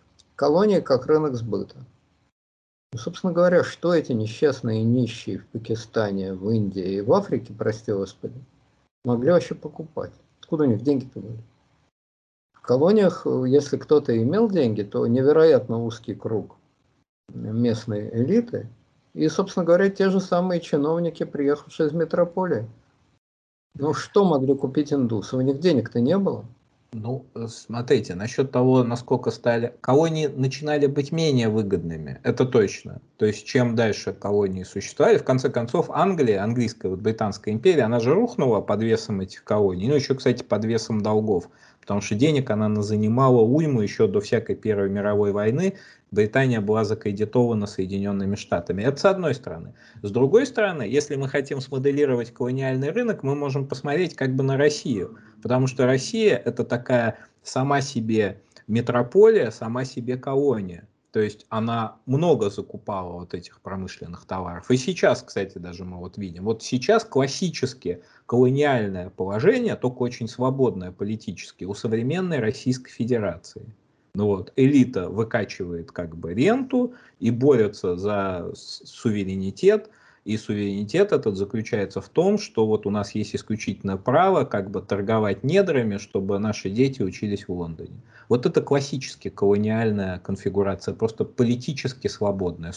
колонии как рынок сбыта. Ну, собственно говоря, что эти несчастные нищие в Пакистане, в Индии и в Африке, прости господи, могли вообще покупать? Откуда у них деньги-то были? В колониях, если кто-то имел деньги, то невероятно узкий круг местной элиты. И, собственно говоря, те же самые чиновники, приехавшие из метрополии. Ну, что могли купить индусы? У них денег-то не было.
Ну, смотрите, насчет того, насколько стали... Колонии начинали быть менее выгодными, это точно. То есть, чем дальше колонии существовали, в конце концов, Англия, английская, вот Британская империя, она же рухнула под весом этих колоний. Ну, еще, кстати, под весом долгов. Потому что денег она занимала уйму еще до всякой Первой мировой войны. Британия была закредитована Соединенными Штатами. Это с одной стороны. С другой стороны, если мы хотим смоделировать колониальный рынок, мы можем посмотреть как бы на Россию. Потому что Россия это такая сама себе метрополия, сама себе колония. То есть она много закупала вот этих промышленных товаров. И сейчас, кстати, даже мы вот видим. Вот сейчас классически колониальное положение, только очень свободное политически, у современной Российской Федерации. Ну вот, элита выкачивает как бы ренту и борется за суверенитет. И суверенитет этот заключается в том, что вот у нас есть исключительное право как бы торговать недрами, чтобы наши дети учились в Лондоне. Вот это классически колониальная конфигурация, просто политически свободная.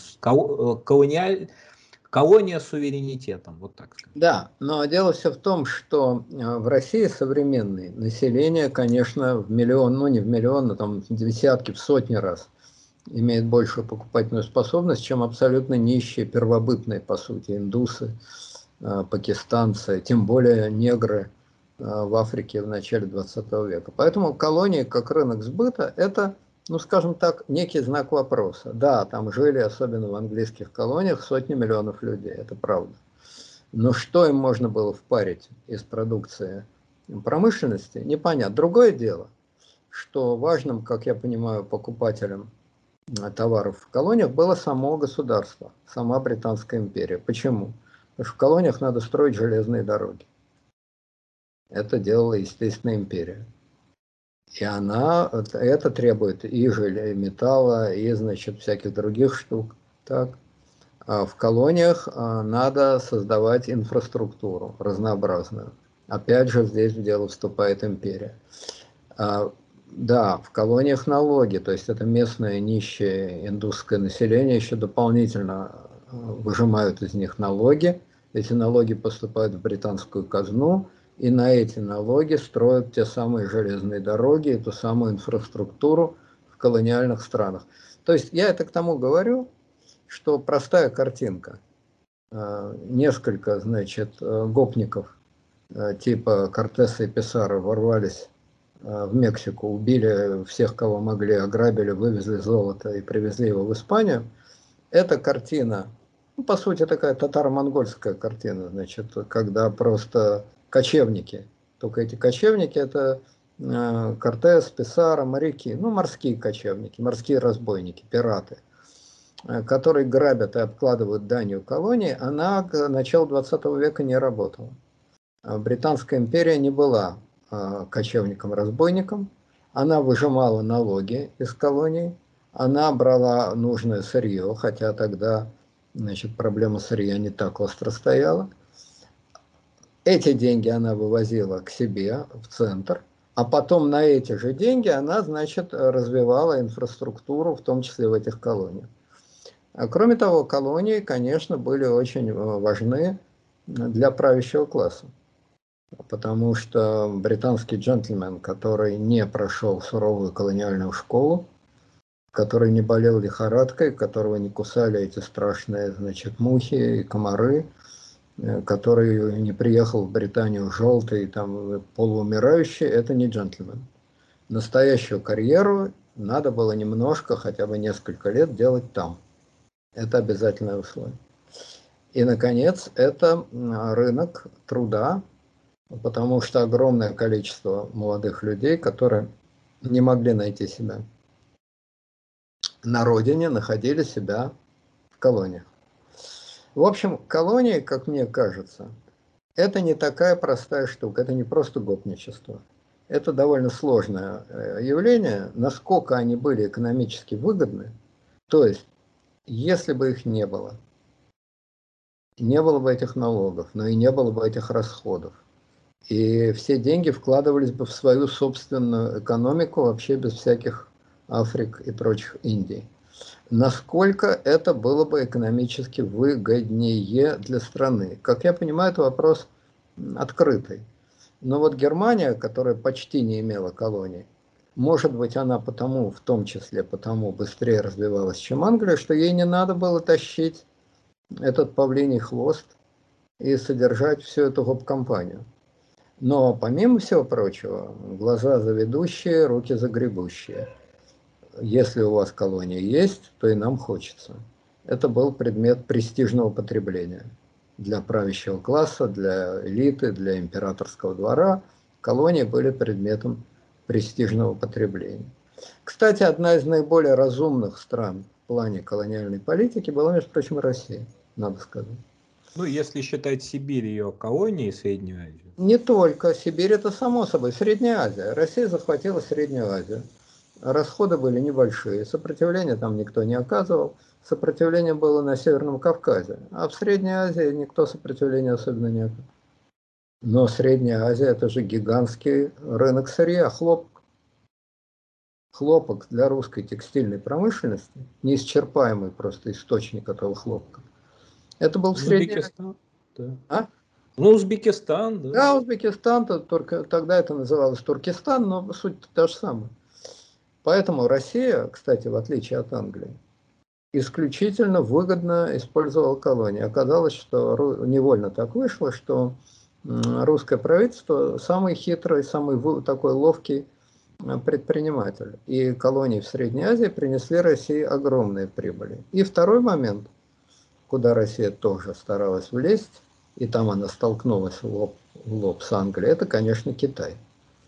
Колония с суверенитетом, вот так сказать.
Да, но дело все в том, что в России современное население, конечно, в миллион, ну не в миллион, но там в десятки, в сотни раз имеет большую покупательную способность, чем абсолютно нищие, первобытные, по сути, индусы, пакистанцы, тем более негры в Африке в начале 20 века. Поэтому колонии как рынок сбыта – это, ну скажем так, некий знак вопроса. Да, там жили, особенно в английских колониях, сотни миллионов людей, это правда. Но что им можно было впарить из продукции промышленности, непонятно. Другое дело, что важным, как я понимаю, покупателем товаров в колониях было само государство, сама Британская империя. Почему? Потому что в колониях надо строить железные дороги. Это делала, естественно, империя. И она, это требует и металла, и, значит, всяких других штук. Так. А в колониях надо создавать инфраструктуру разнообразную. Опять же, здесь в дело вступает империя. Да, в колониях налоги, то есть это местное нищее индусское население еще дополнительно выжимают из них налоги. Эти налоги поступают в британскую казну, и на эти налоги строят те самые железные дороги, эту самую инфраструктуру в колониальных странах. То есть я это к тому говорю, что простая картинка. Несколько, значит, гопников типа Кортеса и Писаро ворвались в Мексику, убили всех, кого могли, ограбили, вывезли золото и привезли его в Испанию. Эта картина, ну, по сути, такая татаро-монгольская картина, значит, когда просто кочевники, только эти кочевники это Кортес, Писаро, моряки, ну, морские кочевники, морские разбойники, пираты, которые грабят и обкладывают данью колонии, она к началу 20 века не работала. Британская империя не была кочевником-разбойником, она выжимала налоги из колоний, она брала нужное сырье, хотя тогда, значит, проблема сырья не так остро стояла. Эти деньги она вывозила к себе в центр, а потом на эти же деньги она, значит, развивала инфраструктуру, в том числе в этих колониях. Кроме того, колонии, конечно, были очень важны для правящего класса. Потому что британский джентльмен, который не прошел суровую колониальную школу, который не болел лихорадкой, которого не кусали эти страшные, значит, мухи и комары, который не приехал в Британию желтый, там, полуумирающий, это не джентльмен. Настоящую карьеру надо было немножко, хотя бы несколько лет делать там. Это обязательное условие. И, наконец, это рынок труда, потому что огромное количество молодых людей, которые не могли найти себя на родине, находили себя в колониях. В общем, колонии, как мне кажется, это не такая простая штука, это не просто гопничество. это довольно сложное явление, насколько они были экономически выгодны. То есть, если бы их не было бы этих налогов, но и не было бы этих расходов. И все деньги вкладывались бы в свою собственную экономику, вообще без всяких Африк и прочих Индий. Насколько это было бы экономически выгоднее для страны? Как я понимаю, это вопрос открытый. Но вот Германия, которая почти не имела колоний, может быть, она потому, в том числе потому, быстрее развивалась, чем Англия, что ей не надо было тащить этот павлиний хвост и содержать всю эту гоп-компанию. Но помимо всего прочего, глаза заведущие, руки загребущие. Если у вас колония есть, то и нам хочется. Это был предмет престижного потребления для правящего класса, для элиты, для императорского двора. Колонии были предметом престижного потребления. Кстати, одна из наиболее разумных стран в плане колониальной политики была, между прочим, Россия, надо сказать.
Ну, если считать Сибирь ее колонией, Среднюю Азию.
Не только. Сибирь это само собой. Средняя Азия. Россия захватила Среднюю Азию. Расходы были небольшие. Сопротивления там никто не оказывал. Сопротивление было на Северном Кавказе. А в Средней Азии никто сопротивления особенно не оказывал. Но Средняя Азия это же гигантский рынок сырья. Хлопок для русской текстильной промышленности, неисчерпаемый просто источник этого хлопка. Это был в Средней Азии.
Узбекистан, да.
А?
Ну, Узбекистан, да.
Да, Узбекистан, только тогда это называлось Туркестан, но суть та же самая. Поэтому Россия, кстати, в отличие от Англии, исключительно выгодно использовала колонии. Оказалось, что невольно так вышло, что русское правительство самый хитрый, самый такой ловкий предприниматель. И колонии в Средней Азии принесли России огромные прибыли. И второй момент, куда Россия тоже старалась влезть, и там она столкнулась лоб в лоб с Англией, это, конечно, Китай.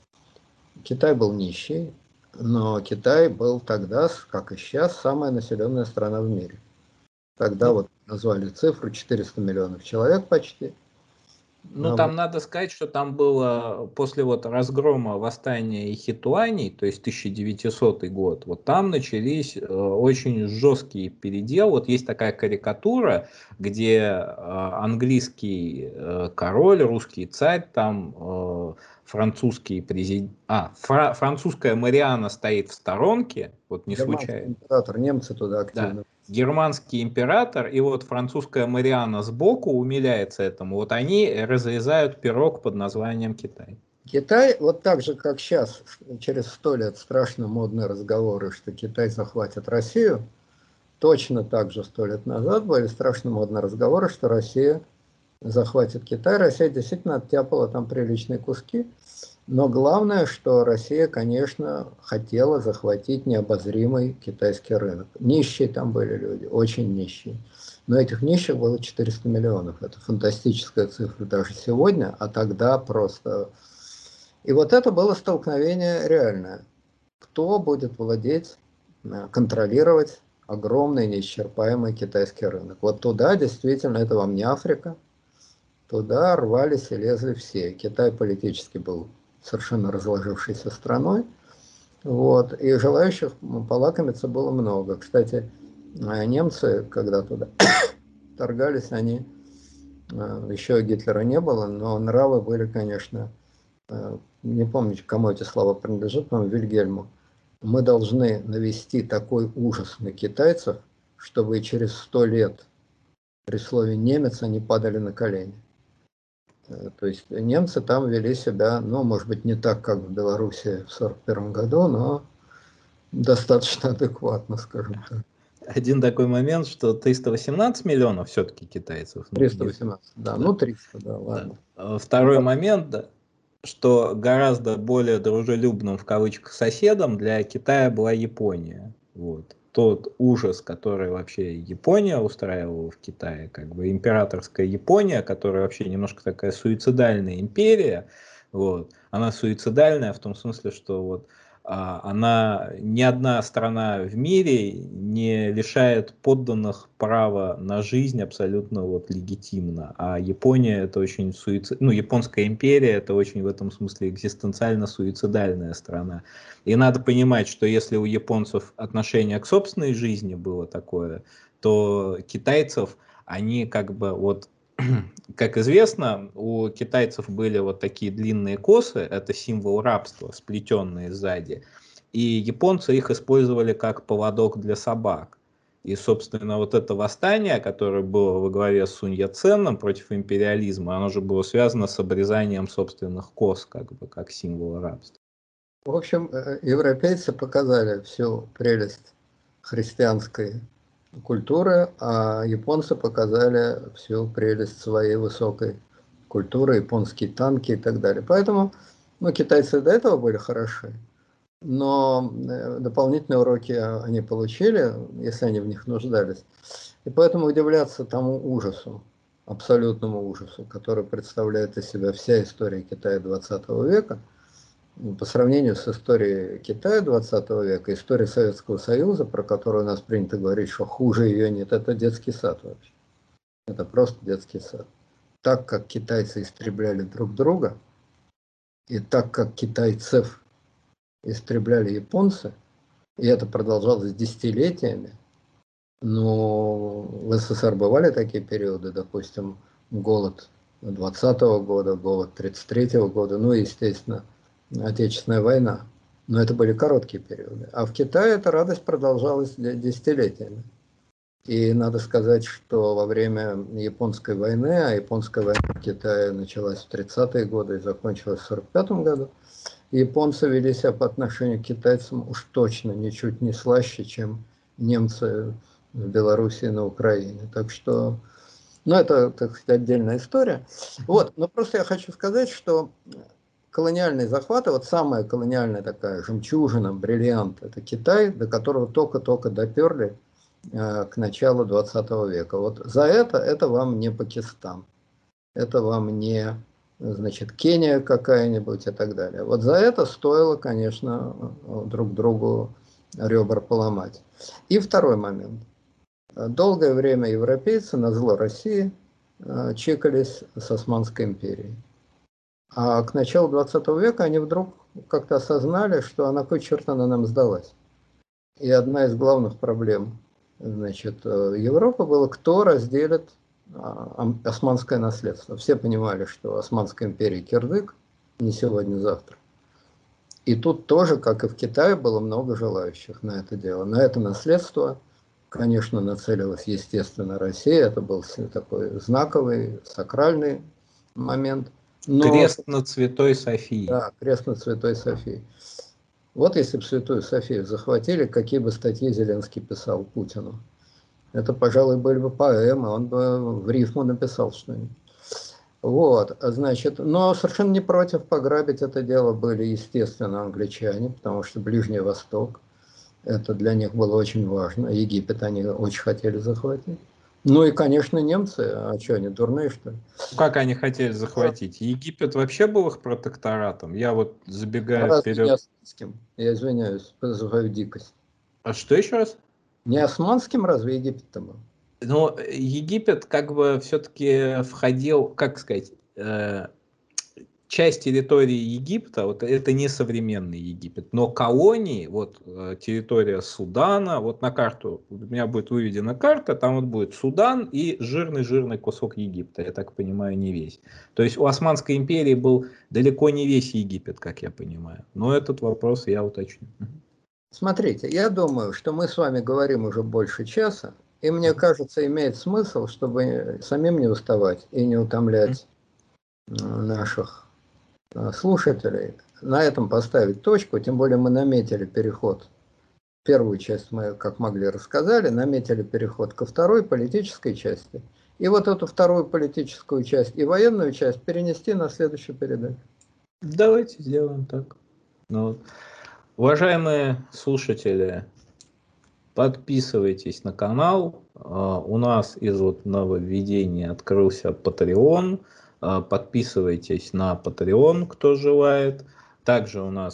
Китай был нищий, но Китай был тогда, как и сейчас, самая населенная страна в мире. Тогда вот назвали цифру 400 миллионов человек почти.
Ну, там надо сказать, что там было после вот разгрома восстания Хитуаней, то есть 1900 год, вот там начались очень жесткие переделы. Вот есть такая карикатура, где английский король, русский царь, там французский президент, французская Мариана стоит в сторонке, вот не случайно.
Император, немцы туда
Да.
активно.
Германский император и вот французская Марианна сбоку умиляется этому. Вот они разрезают пирог под названием Китай.
Китай, вот так же, как сейчас, через 100 лет страшно модные разговоры, что Китай захватит Россию, точно так же 100 лет назад были страшно модные разговоры, что Россия захватит Китай. Россия действительно оттяпала там приличные куски. Но главное, что Россия, конечно, хотела захватить необозримый китайский рынок. Нищие там были люди, очень нищие. Но этих нищих было 400 миллионов. Это фантастическая цифра даже сегодня, а тогда просто... И вот это было столкновение реальное. Кто будет владеть, контролировать огромный неисчерпаемый китайский рынок? Вот туда действительно, это вам не Африка, туда рвались и лезли все. Китай политически был совершенно разложившейся страной. Вот, и желающих полакомиться было много. Кстати, немцы, когда туда торгались, они, еще Гитлера не было, но нравы были, конечно, не помню, кому эти слова принадлежат, по-моему, Вильгельму. Мы должны навести такой ужас на китайцев, чтобы через 100 лет при слове «немец» они падали на колени. То есть немцы там вели себя, ну, может быть, не так, как в Беларуси в 1941 году, но достаточно адекватно, скажем так.
Один такой момент, что 318 миллионов все-таки китайцев.
318, да, ну 300, да, ладно.
Да. Второй момент, да, что гораздо более дружелюбным в кавычках соседом для Китая была Япония. Вот. Тот ужас, который вообще Япония устраивала в Китае, как бы императорская Япония, которая вообще немножко такая суицидальная империя, вот, она суицидальная в том смысле, что вот она, ни одна страна в мире не лишает подданных права на жизнь абсолютно вот легитимно. А Япония это очень ну, Японская империя это очень в этом смысле экзистенциально суицидальная страна. И надо понимать, что если у японцев отношение к собственной жизни было такое, то китайцев, они как бы вот, как известно, у китайцев были вот такие длинные косы, это символ рабства, сплетенные сзади, и японцы их использовали как поводок для собак. И, собственно, вот это восстание, которое было во главе с Сунь Яценом против империализма, оно же было связано с обрезанием собственных кос, как бы, как символ рабства.
В общем, европейцы показали всю прелесть христианской культуры, а японцы показали всю прелесть своей высокой культуры, японские танки и так далее. Поэтому, ну, китайцы до этого были хороши, но дополнительные уроки они получили, если они в них нуждались. И поэтому удивляться тому ужасу, абсолютному ужасу, который представляет из себя вся история Китая XX века, по сравнению с историей Китая XX века, историей Советского Союза, про которую у нас принято говорить, что хуже ее нет, это детский сад вообще. Это просто детский сад. Так как китайцы истребляли друг друга, и так как китайцев истребляли японцы, и это продолжалось десятилетиями, но в СССР бывали такие периоды, допустим, голод 20-го года, голод 33-го года, ну и, естественно, Отечественная война. Но это были короткие периоды. А в Китае эта радость продолжалась десятилетиями. И надо сказать, что во время Японской войны, а Японская война в Китае началась в 30-е годы и закончилась в 45-м году, японцы вели себя по отношению к китайцам уж точно ничуть не слаще, чем немцы в Белоруссии и на Украине. Так что, ну, это, так сказать, отдельная история. Вот, но просто я хочу сказать, что колониальные захваты, вот самая колониальная такая жемчужина, бриллиант, это Китай, до которого только-только доперли к началу 20 века. Вот за это вам не Пакистан, это вам не, значит, Кения какая-нибудь и так далее. Вот за это стоило, конечно, друг другу ребра поломать. И второй момент. Долгое время европейцы на зло России чекались с Османской империей. А к началу 20 века они вдруг как-то осознали, что на кой черт она нам сдалась. И одна из главных проблем, значит, Европы была, кто разделит османское наследство. Все понимали, что Османская империя кирдык, не сегодня-завтра. И тут тоже, как и в Китае, было много желающих на это дело. На это наследство, конечно, нацелилась, естественно, Россия. Это был такой знаковый, сакральный момент. Но,
крест над Святой Софией.
Да, крест над Святой Софией. Вот если бы Святую Софию захватили, какие бы статьи Зеленский писал Путину. Это, пожалуй, были бы поэмы, он бы в рифму написал что-нибудь. Вот, значит, но совершенно не против пограбить это дело были, естественно, англичане, потому что Ближний Восток, это для них было очень важно. Египет они очень хотели захватить. Ну и, конечно, немцы, а что, они дурные, что ли?
Как они хотели захватить? Египет вообще был их протекторатом? Я вот забегаю
Разве не
вперед.
османским? Я извиняюсь за свою дикость.
А что еще раз?
Не османским разве Египет-то был?
Но Египет как бы все-таки входил, как сказать, часть территории Египта, вот это не современный Египет, но колонии, вот территория Судана, вот на карту, у меня будет выведена карта, там вот будет Судан и жирный-жирный кусок Египта, я так понимаю, не весь. То есть у Османской империи был далеко не весь Египет, как я понимаю, но этот вопрос я уточню.
Смотрите, я думаю, что мы с вами говорим уже больше часа, и мне кажется, имеет смысл, чтобы самим не уставать и не утомлять наших слушателей, на этом поставить точку, тем более мы наметили переход. Первую часть мы, как могли, рассказали, наметили переход ко второй политической части. И вот эту вторую политическую часть и военную часть перенести на следующую передачу.
Давайте сделаем так. Ну, уважаемые слушатели, подписывайтесь на канал. У нас из вот нововведения открылся Patreon. Подписывайтесь на Patreon, кто желает. Также у нас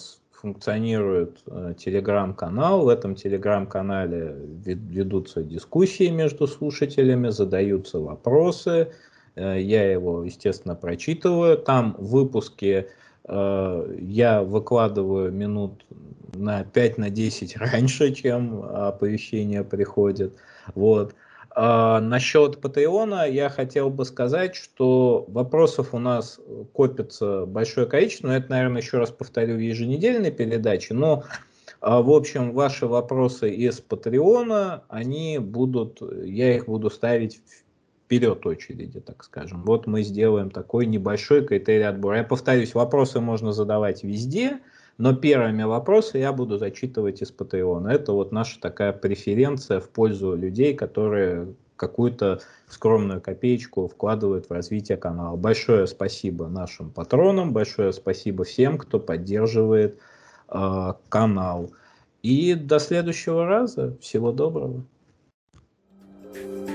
функционирует телеграм-канал. В этом телеграм-канале ведутся дискуссии между слушателями, задаются вопросы. Я его, естественно, прочитываю. Там в выпуске я выкладываю минут на 5-10 раньше, чем оповещения приходят. Вот. Насчет Патреона я хотел бы сказать, что вопросов у нас копится большое количество, но это, наверное, еще раз повторю в еженедельной передаче, но в общем, ваши вопросы из Патреона, я их буду ставить вперед очереди, так скажем. Вот мы сделаем такой небольшой критерий отбора. Я повторюсь, вопросы можно задавать везде, но первыми вопросы я буду зачитывать из Патреона. Это вот наша такая преференция в пользу людей, которые какую-то скромную копеечку вкладывают в развитие канала. Большое спасибо нашим патронам, большое спасибо всем, кто поддерживает канал. И до следующего раза. Всего доброго.